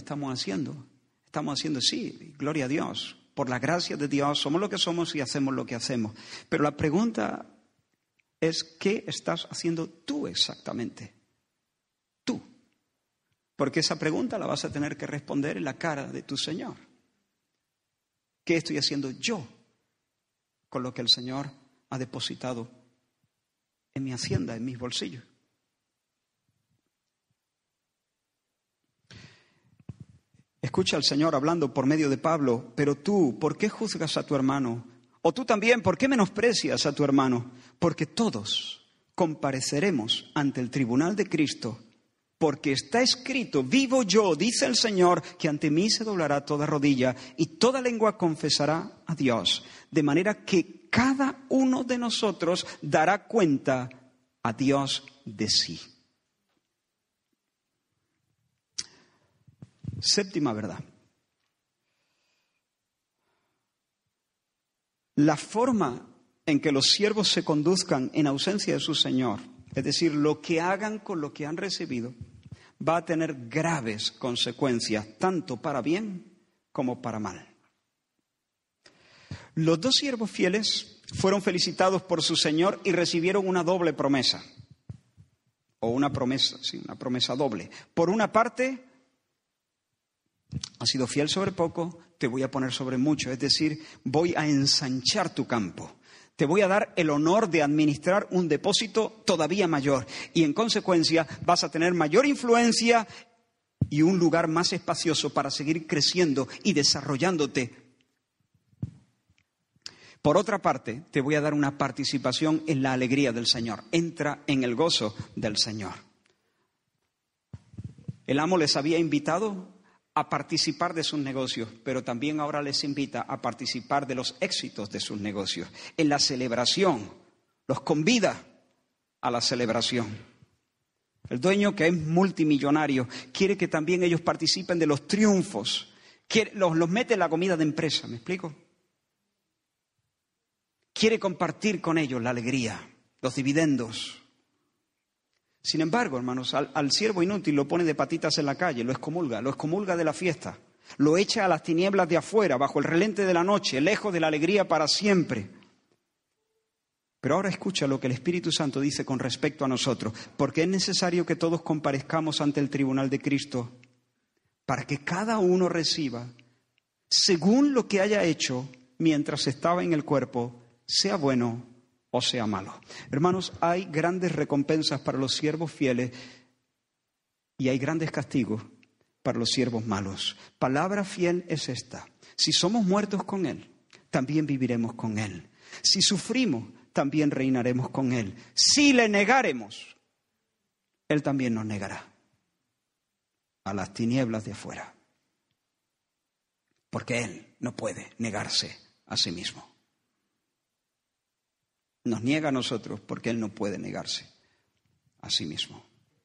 sí, gloria a Dios. Por la gracia de Dios somos lo que somos y hacemos lo que hacemos. Pero la pregunta es: ¿qué estás haciendo tú exactamente? Tú. Porque esa pregunta la vas a tener que responder en la cara de tu Señor. ¿Qué estoy haciendo yo con lo que el Señor ha depositado en mi hacienda, en mis bolsillos? Escucha al Señor hablando por medio de Pablo: pero tú, ¿por qué juzgas a tu hermano? O tú también, ¿por qué menosprecias a tu hermano? Porque todos compareceremos ante el tribunal de Cristo Porque está escrito, vivo yo, dice el Señor, que ante mí se doblará toda rodilla y toda lengua confesará a Dios. De manera que cada uno de nosotros dará cuenta a Dios de sí. Séptima verdad. La forma en que los siervos se conduzcan en ausencia de su Señor, es decir, lo que hagan con lo que han recibido, va a tener graves consecuencias, tanto para bien como para mal. Los dos siervos fieles fueron felicitados por su Señor y recibieron una doble promesa. O una promesa doble. Por una parte, has sido fiel sobre poco, te voy a poner sobre mucho. Es decir, voy a ensanchar tu campo. Te voy a dar el honor de administrar un depósito todavía mayor. Y en consecuencia vas a tener mayor influencia y un lugar más espacioso para seguir creciendo y desarrollándote. Por otra parte, te voy a dar una participación en la alegría del Señor. Entra en el gozo del Señor. El amo les había invitado a participar de sus negocios, pero también ahora les invita a participar de los éxitos de sus negocios. En la celebración, los convida a la celebración. El dueño, que es multimillonario, quiere que también ellos participen de los triunfos. Los mete en la comida de empresa, ¿me explico? Quiere compartir con ellos la alegría, los dividendos. Sin embargo, hermanos, al siervo inútil lo pone de patitas en la calle, lo excomulga de la fiesta, lo echa a las tinieblas de afuera, bajo el relente de la noche, lejos de la alegría para siempre. Pero ahora escucha lo que el Espíritu Santo dice con respecto a nosotros, porque es necesario que todos comparezcamos ante el tribunal de Cristo, para que cada uno reciba, según lo que haya hecho mientras estaba en el cuerpo, sea bueno o sea malo. Hermanos, hay grandes recompensas para los siervos fieles y hay grandes castigos para los siervos malos. Palabra fiel es esta: si somos muertos con Él, también viviremos con Él. Si sufrimos, también reinaremos con Él. Si le negáremos, Él también nos negará a las tinieblas de afuera. Porque Él no puede negarse a sí mismo. Nos niega a nosotros porque Él no puede negarse a sí mismo.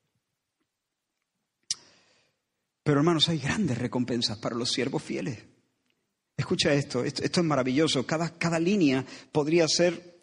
Pero hermanos, hay grandes recompensas para los siervos fieles. Escucha esto es maravilloso. Cada línea podría ser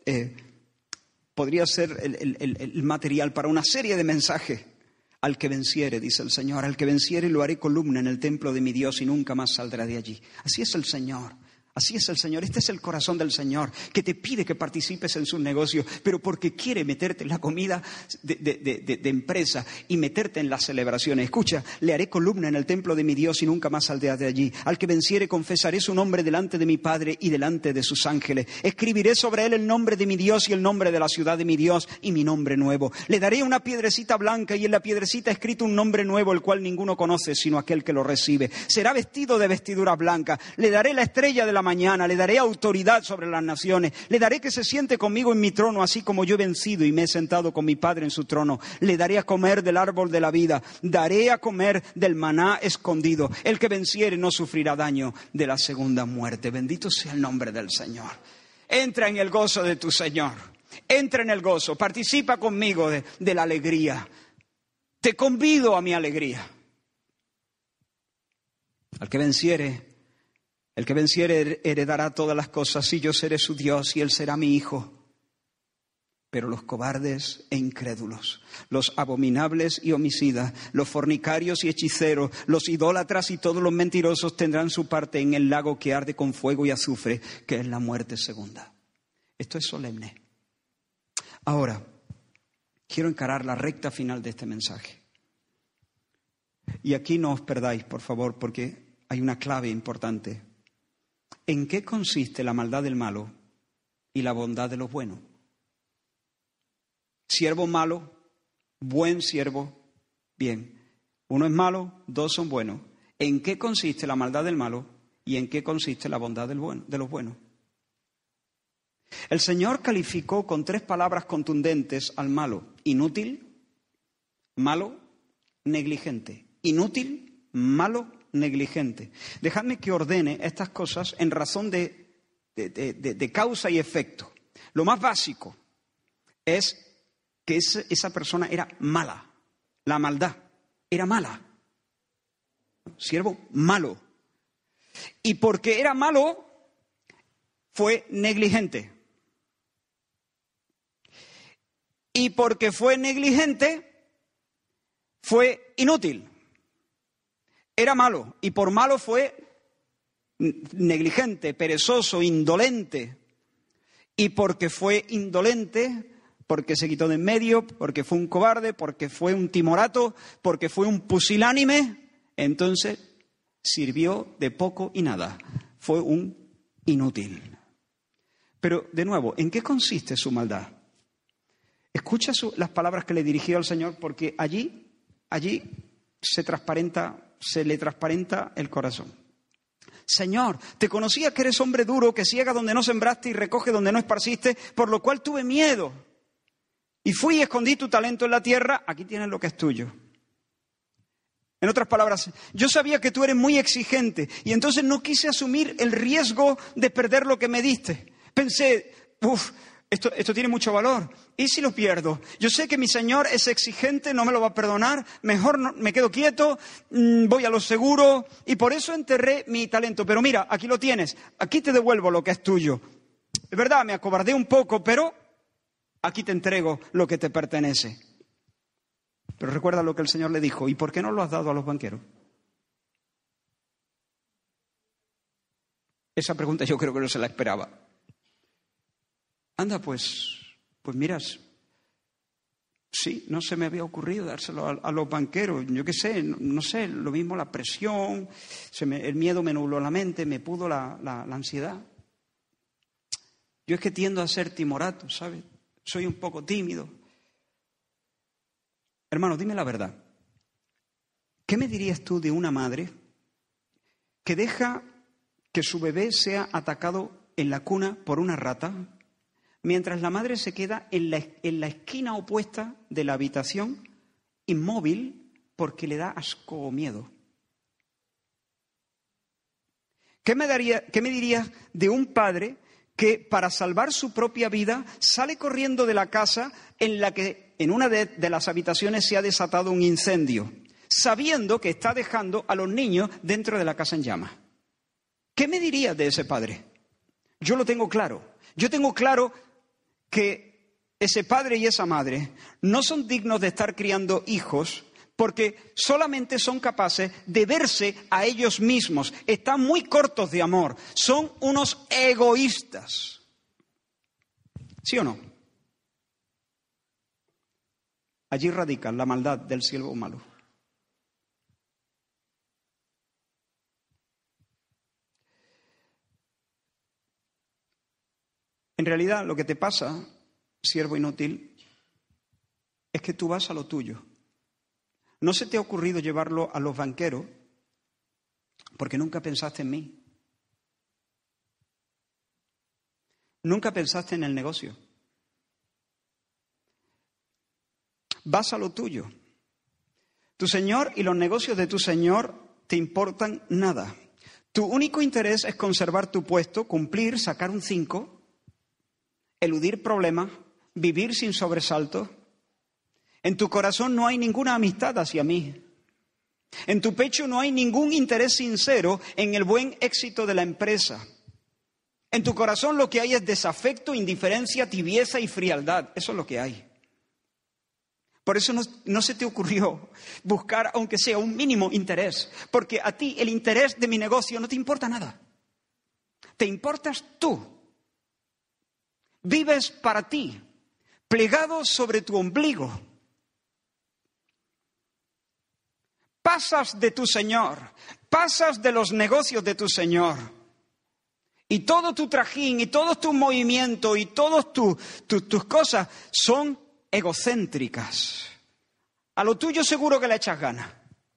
el material para una serie de mensajes. Al que venciere, dice el Señor, al que venciere lo haré columna en el templo de mi Dios y nunca más saldrá de allí. Así es el Señor. Así es el Señor, este es el corazón del Señor, que te pide que participes en sus negocios, pero porque quiere meterte en la comida de empresa y meterte en las celebraciones. Escucha, le haré columna en el templo de mi Dios y nunca más saldré de allí. Al que venciere confesaré su nombre delante de mi Padre y delante de sus ángeles. Escribiré sobre él el nombre de mi Dios y el nombre de la ciudad de mi Dios y mi nombre nuevo. Le daré una piedrecita blanca y en la piedrecita escrito un nombre nuevo, el cual ninguno conoce sino aquel que lo recibe. Será vestido de vestiduras blancas. Le daré la estrella de la mañana, le daré autoridad sobre las naciones, le daré que se siente conmigo en mi trono, así como yo he vencido y me he sentado con mi Padre en su trono. Le daré a comer del árbol de la vida, daré a comer del maná escondido. El que venciere no sufrirá daño de la segunda muerte. Bendito sea el nombre del Señor. Entra en el gozo de tu Señor, entra en el gozo, participa conmigo de la alegría. Te convido a mi alegría. Al que venciere, el que venciere heredará todas las cosas y yo seré su Dios y él será mi hijo. Pero los cobardes e incrédulos, los abominables y homicidas, los fornicarios y hechiceros, los idólatras y todos los mentirosos tendrán su parte en el lago que arde con fuego y azufre, que es la muerte segunda. Esto es solemne. Ahora, quiero encarar la recta final de este mensaje. Y aquí no os perdáis, por favor, porque hay una clave importante. ¿En qué consiste la maldad del malo y la bondad de los buenos? Siervo malo, buen siervo, bien. Uno es malo, dos son buenos. ¿En qué consiste la maldad del malo y en qué consiste la bondad de los buenos? El Señor calificó con 3 palabras contundentes al malo: inútil, malo negligente. Inútil, malo, negligente. Dejadme que ordene estas cosas en razón de causa y efecto. Lo más básico es que esa persona era mala. La maldad era mala. Siervo malo. Y porque era malo, fue negligente. Y porque fue negligente, fue inútil. Era malo. Y por malo fue negligente, perezoso, indolente. Y porque fue indolente, porque se quitó de en medio, porque fue un cobarde, porque fue un timorato, porque fue un pusilánime, entonces sirvió de poco y nada. Fue un inútil. Pero, de nuevo, ¿en qué consiste su maldad? Escucha las palabras que le dirigió al Señor, porque allí se le transparenta el corazón. Señor, te conocía que eres hombre duro, que ciega donde no sembraste y recoge donde no esparciste, por lo cual tuve miedo. Y fui y escondí tu talento en la tierra, aquí tienes lo que es tuyo. En otras palabras, yo sabía que tú eres muy exigente y entonces no quise asumir el riesgo de perder lo que me diste. Pensé, esto tiene mucho valor. ¿Y si lo pierdo? Yo sé que mi Señor es exigente, no me lo va a perdonar, mejor no, me quedo quieto, voy a lo seguro y por eso enterré mi talento. Pero mira, aquí lo tienes, aquí te devuelvo lo que es tuyo. Es verdad, me acobardé un poco, pero aquí te entrego lo que te pertenece. Pero recuerda lo que el Señor le dijo, ¿y por qué no lo has dado a los banqueros? Esa pregunta yo creo que no se la esperaba. Anda, pues miras, sí, no se me había ocurrido dárselo a los banqueros. Yo qué sé, no sé, lo mismo la presión, el miedo me nubló la mente, me pudo la ansiedad. Yo es que tiendo a ser timorato, ¿sabes? Soy un poco tímido. Hermano, dime la verdad. ¿Qué me dirías tú de una madre que deja que su bebé sea atacado en la cuna por una rata, mientras la madre se queda en la esquina opuesta de la habitación, inmóvil, porque le da asco o miedo? ¿Qué me dirías de un padre que para salvar su propia vida sale corriendo de la casa en la que en una de las habitaciones se ha desatado un incendio, sabiendo que está dejando a los niños dentro de la casa en llamas? ¿Qué me dirías de ese padre? Yo lo tengo claro. Yo tengo claro que ese padre y esa madre no son dignos de estar criando hijos porque solamente son capaces de verse a ellos mismos. Están muy cortos de amor. Son unos egoístas. ¿Sí o no? Allí radica la maldad del siervo malo. En realidad, lo que te pasa, siervo inútil, es que tú vas a lo tuyo. ¿No se te ha ocurrido llevarlo a los banqueros porque nunca pensaste en mí? Nunca pensaste en el negocio. Vas a lo tuyo. Tu Señor y los negocios de tu Señor te importan nada. Tu único interés es conservar tu puesto, cumplir, sacar un 5, eludir problemas, vivir sin sobresaltos. En tu corazón no hay ninguna amistad hacia mí. En tu pecho no hay ningún interés sincero en el buen éxito de la empresa. En tu corazón lo que hay es desafecto, indiferencia, tibieza y frialdad. Eso es lo que hay. Por eso no se te ocurrió buscar, aunque sea un mínimo interés, porque a ti el interés de mi negocio no te importa nada. Te importas tú. Vives para ti, plegado sobre tu ombligo. Pasas de tu Señor, pasas de los negocios de tu Señor. Y todo tu trajín, y todos tus movimientos, y todas tus cosas son egocéntricas. A lo tuyo seguro que le echas ganas.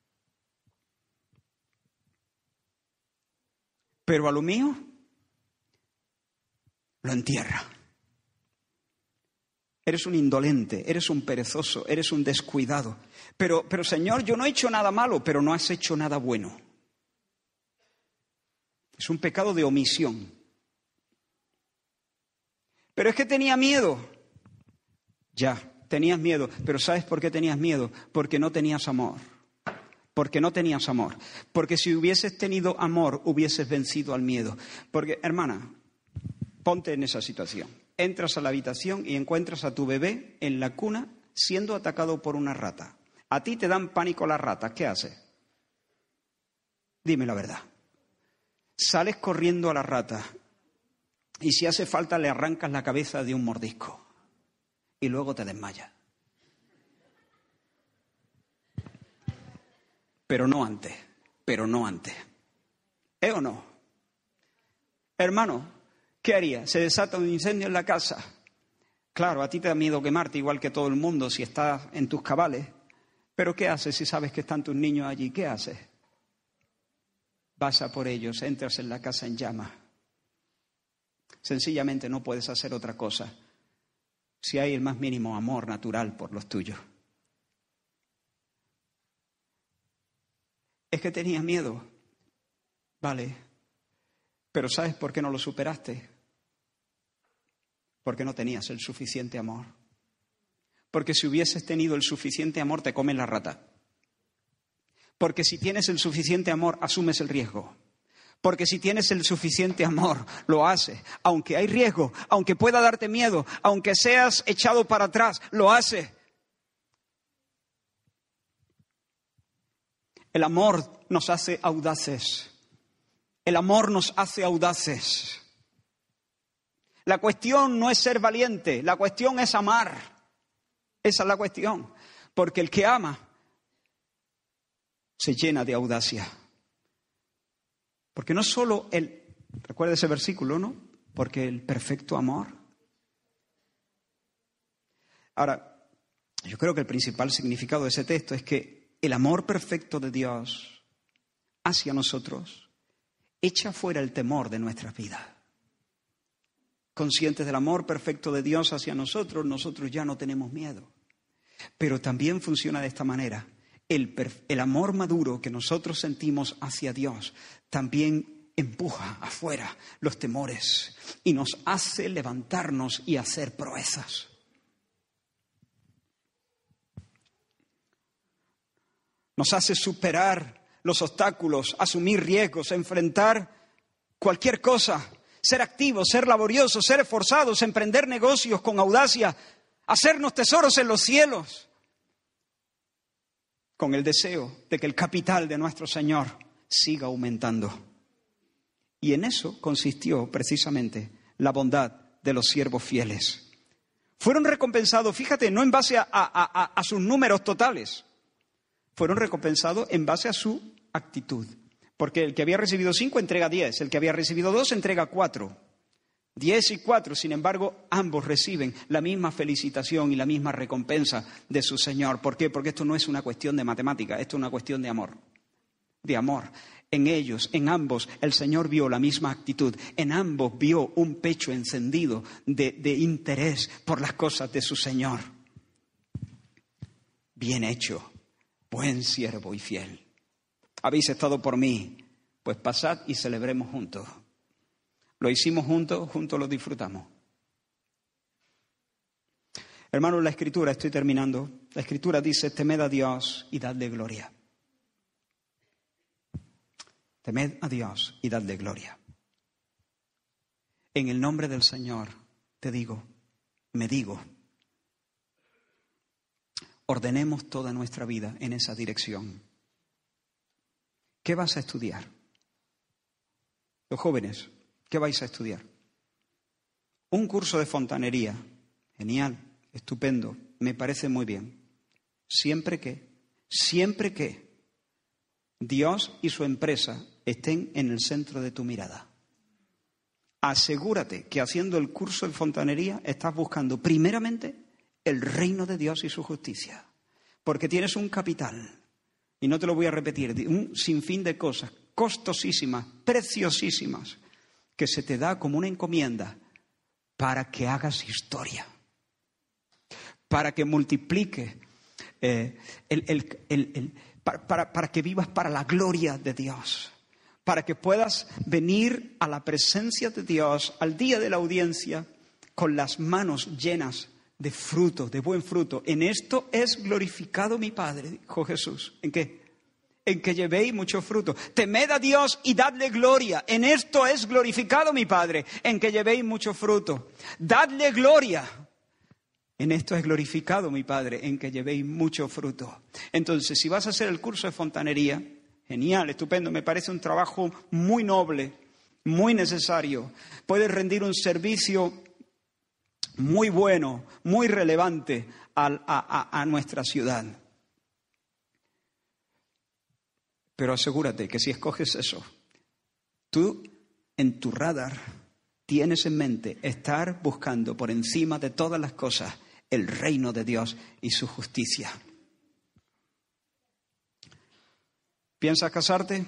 Pero a lo mío lo entierra. eres un indolente, eres un perezoso, eres un descuidado. Pero Señor, yo no he hecho nada malo, pero no has hecho nada bueno. Es un pecado de omisión. Pero es que tenía miedo. Ya, tenías miedo. Pero ¿sabes por qué tenías miedo? Porque no tenías amor. Porque no tenías amor. Porque si hubieses tenido amor, hubieses vencido al miedo. Porque, hermana, ponte en esa situación. Entras a la habitación y encuentras a tu bebé en la cuna siendo atacado por una rata. A ti te dan pánico las ratas. ¿Qué haces? Dime la verdad. Sales corriendo a la rata y si hace falta le arrancas la cabeza de un mordisco y luego te desmayas. Pero no antes. ¿O no? Hermano, ¿qué haría? ¿Se desata un incendio en la casa? Claro, a ti te da miedo quemarte igual que todo el mundo si estás en tus cabales. Pero ¿qué haces si sabes que están tus niños allí? ¿Qué haces? Vas a por ellos, entras en la casa en llamas. Sencillamente no puedes hacer otra cosa si hay el más mínimo amor natural por los tuyos. Es que tenías miedo. Vale. Pero ¿sabes por qué no lo superaste? Porque no tenías el suficiente amor. Porque si hubieses tenido el suficiente amor, te comen la rata. Porque si tienes el suficiente amor, asumes el riesgo. Porque si tienes el suficiente amor, lo haces. Aunque hay riesgo, aunque pueda darte miedo, aunque seas echado para atrás, lo haces. El amor nos hace audaces. El amor nos hace audaces. La cuestión no es ser valiente, la cuestión es amar. Esa es la cuestión. Porque el que ama se llena de audacia. Porque no solo recuerda ese versículo, ¿no? Porque el perfecto amor. Ahora, yo creo que el principal significado de ese texto es que el amor perfecto de Dios hacia nosotros echa fuera el temor de nuestras vidas. Conscientes del amor perfecto de Dios hacia nosotros, nosotros ya no tenemos miedo. Pero también funciona de esta manera. El amor maduro que nosotros sentimos hacia Dios también empuja afuera los temores y nos hace levantarnos y hacer proezas. Nos hace superar los obstáculos, asumir riesgos, enfrentar cualquier cosa, ser activos, ser laboriosos, ser esforzados, emprender negocios con audacia, hacernos tesoros en los cielos, con el deseo de que el capital de nuestro Señor siga aumentando. Y en eso consistió precisamente la bondad de los siervos fieles. Fueron recompensados, fíjate, no en base a sus números totales, fueron recompensados en base a su actitud. Porque el que había recibido 5 entrega 10, el que había recibido 2 entrega 4. 10 y 4, sin embargo, ambos reciben la misma felicitación y la misma recompensa de su Señor. ¿Por qué? Porque esto no es una cuestión de matemática, esto es una cuestión de amor. De amor. En ellos, en ambos, el Señor vio la misma actitud. En ambos vio un pecho encendido de interés por las cosas de su Señor. Bien hecho, buen siervo y fiel. Habéis estado por mí, pues pasad y celebremos juntos. Lo hicimos juntos, juntos lo disfrutamos. Hermanos, la Escritura, estoy terminando, la Escritura dice, temed a Dios y dadle gloria. Temed a Dios y dadle gloria. En el nombre del Señor te digo, me digo, ordenemos toda nuestra vida en esa dirección. ¿Qué vas a estudiar? Los jóvenes, ¿qué vais a estudiar? Un curso de fontanería. Genial, estupendo, me parece muy bien. Siempre que Dios y su empresa estén en el centro de tu mirada. Asegúrate que haciendo el curso de fontanería estás buscando primeramente el reino de Dios y su justicia. Porque tienes un capital, y no te lo voy a repetir, un sinfín de cosas costosísimas, preciosísimas, que se te da como una encomienda para que hagas historia. para que multiplique, para que vivas para la gloria de Dios, para que puedas venir a la presencia de Dios al día de la audiencia con las manos llenas de fruto, de buen fruto. En esto es glorificado mi Padre, dijo Jesús. ¿En qué? En que llevéis mucho fruto. Temed a Dios y dadle gloria. En esto es glorificado mi Padre, en que llevéis mucho fruto. Dadle gloria. En esto es glorificado mi Padre, en que llevéis mucho fruto. Entonces, si vas a hacer el curso de fontanería, genial, estupendo, me parece un trabajo muy noble, muy necesario. Puedes rendir un servicio muy bueno, muy relevante a nuestra ciudad. Pero asegúrate que si escoges eso, tú en tu radar tienes en mente estar buscando por encima de todas las cosas el reino de Dios y su justicia. ¿Piensas casarte?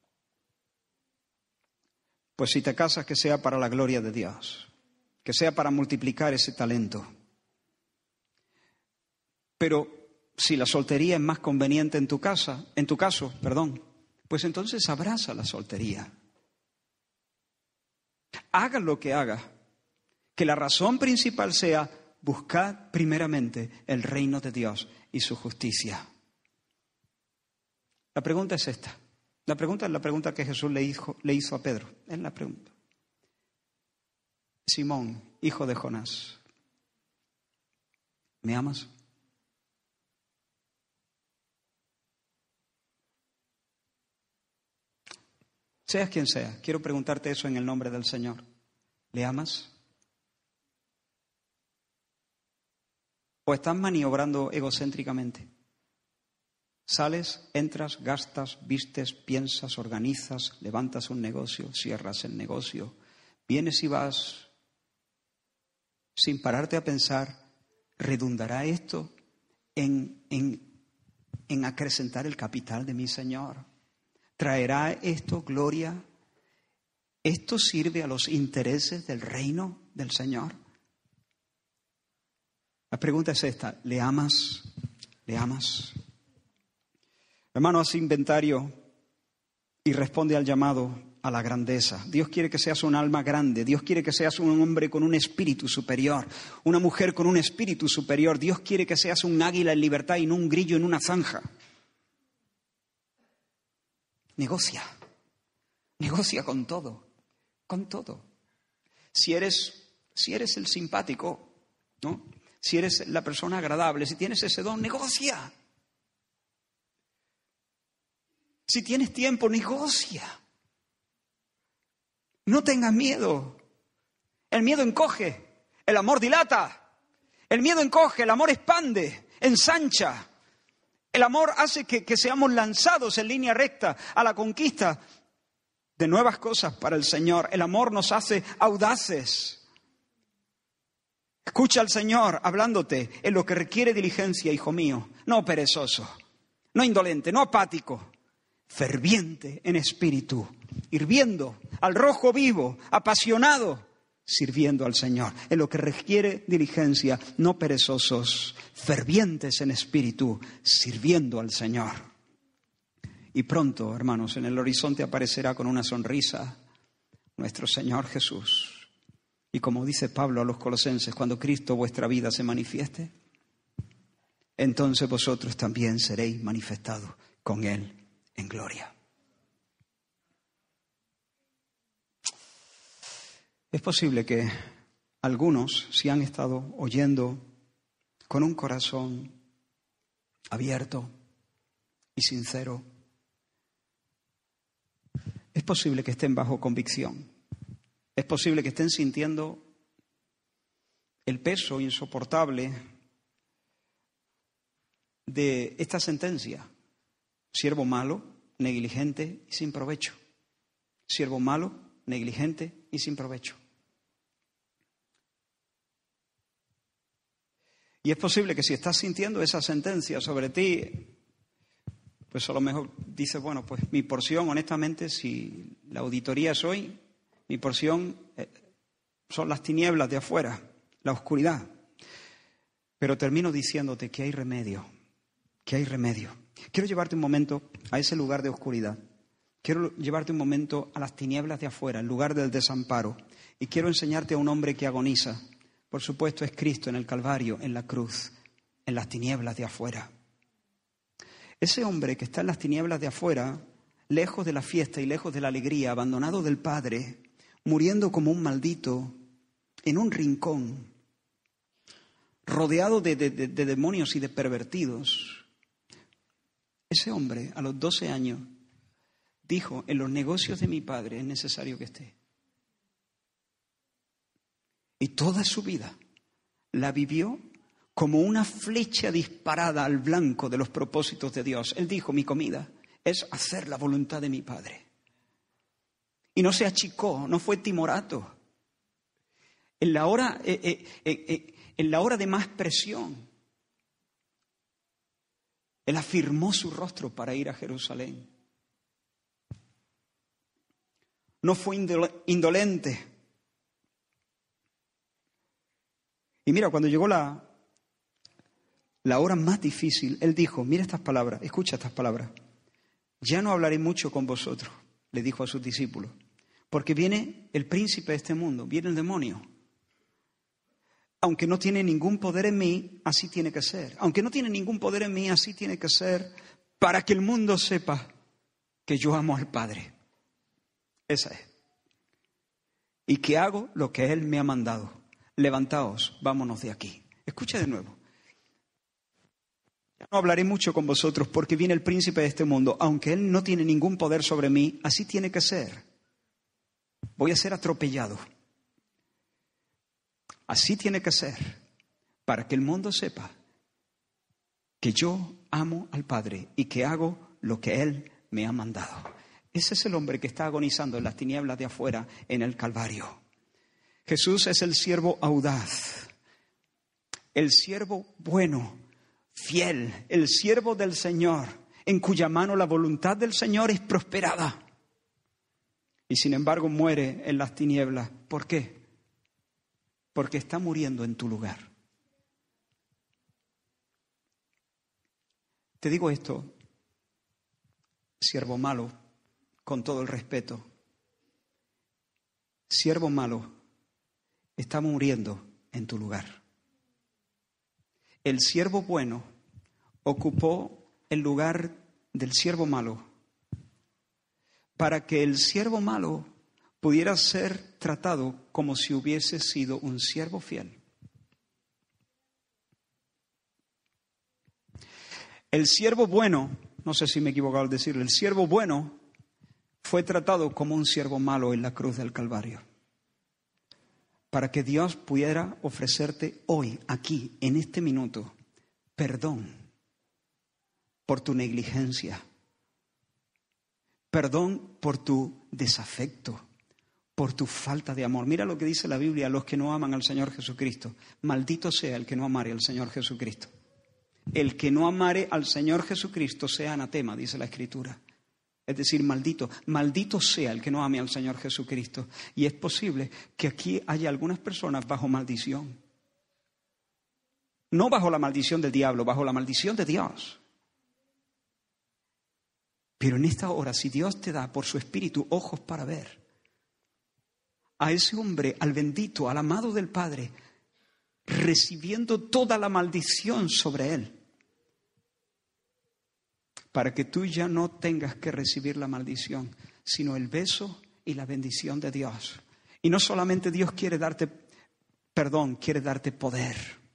Pues si te casas, que sea para la gloria de Dios, que sea para multiplicar ese talento. Pero si la soltería es más conveniente en tu caso, pues entonces abraza la soltería. Haga lo que haga, que la razón principal sea buscar primeramente el reino de Dios y su justicia. La pregunta es esta. La pregunta es la pregunta que Jesús le hizo a Pedro. Es la pregunta. Simón, hijo de Jonás, ¿me amas? Seas quien sea, quiero preguntarte eso en el nombre del Señor. ¿Le amas? ¿O estás maniobrando egocéntricamente? Sales, entras, gastas, vistes, piensas, organizas, levantas un negocio, cierras el negocio, vienes y vas sin pararte a pensar, ¿redundará esto en acrecentar el capital de mi Señor? ¿Traerá esto gloria? ¿Esto sirve a los intereses del reino del Señor? La pregunta es esta, ¿le amas? ¿Le amas? Hermano, haz inventario y responde al llamado a la grandeza. Dios quiere que seas un alma grande. Dios quiere que seas un hombre con un espíritu superior, una mujer con un espíritu superior. Dios quiere que seas un águila en libertad y no un grillo en una zanja. Negocia con todo, con todo. Si eres el simpático, ¿no? Si eres la persona agradable, si tienes ese don, negocia. Si tienes tiempo, negocia. No tengas miedo. El miedo encoge, el amor dilata. El miedo encoge, el amor expande, ensancha. El amor hace que seamos lanzados en línea recta a la conquista de nuevas cosas para el Señor. El amor nos hace audaces. Escucha al Señor hablándote en lo que requiere diligencia, hijo mío. No perezoso, no indolente, no apático. Ferviente en espíritu, hirviendo al rojo vivo, apasionado, sirviendo al Señor. En lo que requiere diligencia, no perezosos, fervientes en espíritu, sirviendo al Señor. Y pronto, hermanos, en el horizonte aparecerá con una sonrisa nuestro Señor Jesús. Y como dice Pablo a los Colosenses, cuando Cristo vuestra vida se manifieste, entonces vosotros también seréis manifestados con Él en gloria. Es posible que algunos, si han estado oyendo con un corazón abierto y sincero, es posible que estén bajo convicción. Es posible que estén sintiendo el peso insoportable de esta sentencia. Siervo malo, negligente y sin provecho. Siervo malo, negligente y sin provecho. Y es posible que si estás sintiendo esa sentencia sobre ti, pues a lo mejor dices, bueno, pues mi porción, honestamente, si la auditoría es hoy, mi porción son las tinieblas de afuera, la oscuridad. Pero termino diciéndote que hay remedio, que hay remedio. Quiero llevarte un momento a ese lugar de oscuridad. Quiero llevarte un momento a las tinieblas de afuera, el lugar del desamparo. Y quiero enseñarte a un hombre que agoniza. Por supuesto, es Cristo en el Calvario, en la cruz, en las tinieblas de afuera. Ese hombre que está en las tinieblas de afuera, lejos de la fiesta y lejos de la alegría, abandonado del Padre, muriendo como un maldito en un rincón, rodeado de demonios y de pervertidos. Ese hombre, a los 12 años, dijo: en los negocios de mi Padre es necesario que esté. Y toda su vida la vivió como una flecha disparada al blanco de los propósitos de Dios. Él dijo: mi comida es hacer la voluntad de mi Padre. Y no se achicó, no fue timorato. En la hora de más presión, él afirmó su rostro para ir a Jerusalén. No fue indolente. Y mira, cuando llegó la hora más difícil, él dijo: mira estas palabras, escucha estas palabras. Ya no hablaré mucho con vosotros, le dijo a sus discípulos, porque viene el príncipe de este mundo, viene el demonio. Aunque no tiene ningún poder en mí, así tiene que ser. Aunque no tiene ningún poder en mí, así tiene que ser, para que el mundo sepa que yo amo al Padre. Esa es. Y que hago lo que Él me ha mandado. Levantaos, vámonos de aquí. Escucha de nuevo. Ya no hablaré mucho con vosotros porque viene el príncipe de este mundo. Aunque Él no tiene ningún poder sobre mí, así tiene que ser. Voy a ser atropellado. Así tiene que ser, para que el mundo sepa que yo amo al Padre y que hago lo que Él me ha mandado. Ese es el hombre que está agonizando en las tinieblas de afuera, en el Calvario. Jesús es el siervo audaz, el siervo bueno, fiel, el siervo del Señor, en cuya mano la voluntad del Señor es prosperada. Y sin embargo muere en las tinieblas. ¿Por qué? Porque está muriendo en tu lugar. Te digo esto, siervo malo, con todo el respeto. Siervo malo está muriendo en tu lugar. El siervo bueno ocupó el lugar del siervo malo para que el siervo malo pudiera ser tratado como si hubiese sido un siervo fiel. El siervo bueno, no sé si me he equivocado al decirlo, el siervo bueno fue tratado como un siervo malo en la cruz del Calvario. Para que Dios pudiera ofrecerte hoy, aquí, en este minuto, perdón por tu negligencia, perdón por tu desafecto, por tu falta de amor. Mira lo que dice la Biblia a los que no aman al Señor Jesucristo. Maldito sea el que no amare al Señor Jesucristo. El que no amare al Señor Jesucristo sea anatema, dice la Escritura. Es decir, maldito. Maldito sea el que no ame al Señor Jesucristo. Y es posible que aquí haya algunas personas bajo maldición. No bajo la maldición del diablo, bajo la maldición de Dios. Pero en esta hora, si Dios te da por su Espíritu ojos para ver a ese hombre, al bendito, al amado del Padre, recibiendo toda la maldición sobre él, para que tú ya no tengas que recibir la maldición, sino el beso y la bendición de Dios. Y no solamente Dios quiere darte perdón, quiere darte poder.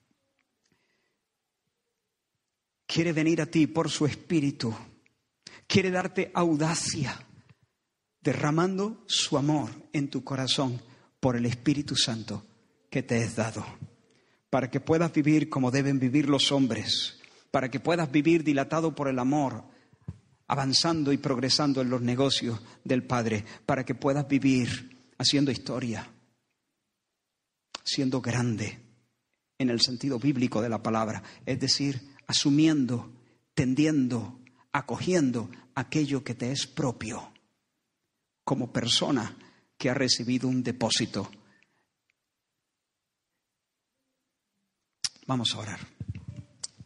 Quiere venir a ti por su Espíritu. Quiere darte audacia, derramando su amor en tu corazón por el Espíritu Santo que te es dado, para que puedas vivir como deben vivir los hombres, para que puedas vivir dilatado por el amor, avanzando y progresando en los negocios del Padre, para que puedas vivir haciendo historia, siendo grande en el sentido bíblico de la palabra, es decir, asumiendo, tendiendo, acogiendo aquello que te es propio, como persona que ha recibido un depósito. Vamos a orar.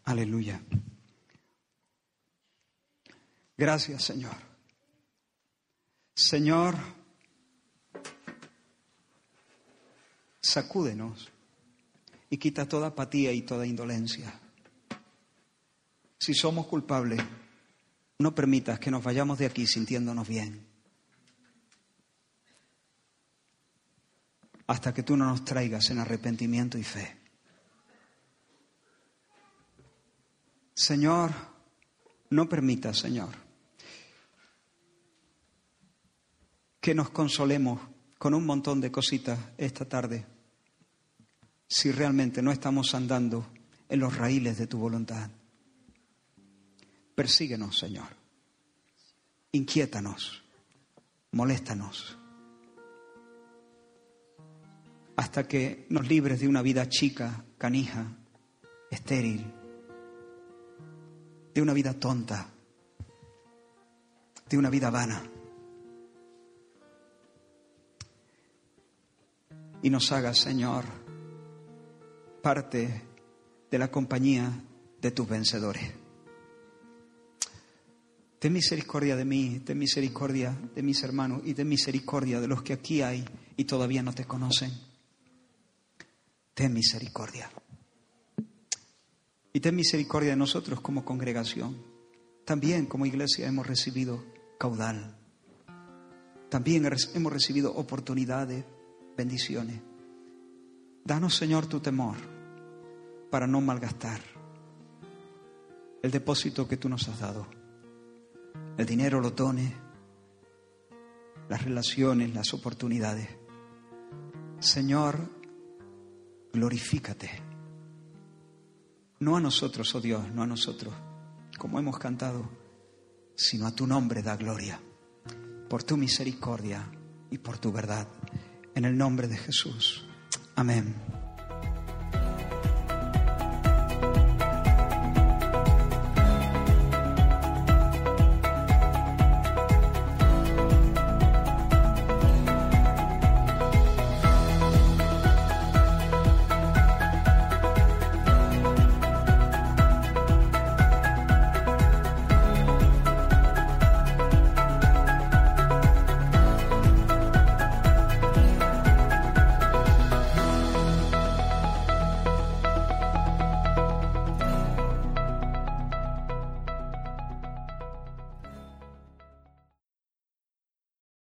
Aleluya. Gracias, Señor. Señor, sacúdenos y quita toda apatía y toda indolencia. Si somos culpables, no permitas que nos vayamos de aquí sintiéndonos bien, hasta que tú no nos traigas en arrepentimiento y fe. Señor, no permitas, Señor, que nos consolemos con un montón de cositas esta tarde, si realmente no estamos andando en los raíles de tu voluntad. Persíguenos, Señor. Inquiétanos, moléstanos, hasta que nos libres de una vida chica, canija, estéril, de una vida tonta, de una vida vana. Y nos hagas, Señor, parte de la compañía de tus vencedores. Ten misericordia de mí, ten misericordia de mis hermanos y ten misericordia de los que aquí hay y todavía no te conocen. Ten misericordia. Y ten misericordia de nosotros como congregación. También como iglesia hemos recibido caudal. También hemos recibido oportunidades, bendiciones. Danos, Señor, tu temor para no malgastar el depósito que tú nos has dado. El dinero, los dones, las relaciones, las oportunidades. Señor, glorifícate. No a nosotros, oh Dios, no a nosotros, como hemos cantado, sino a tu nombre da gloria, por tu misericordia y por tu verdad. En el nombre de Jesús. Amén.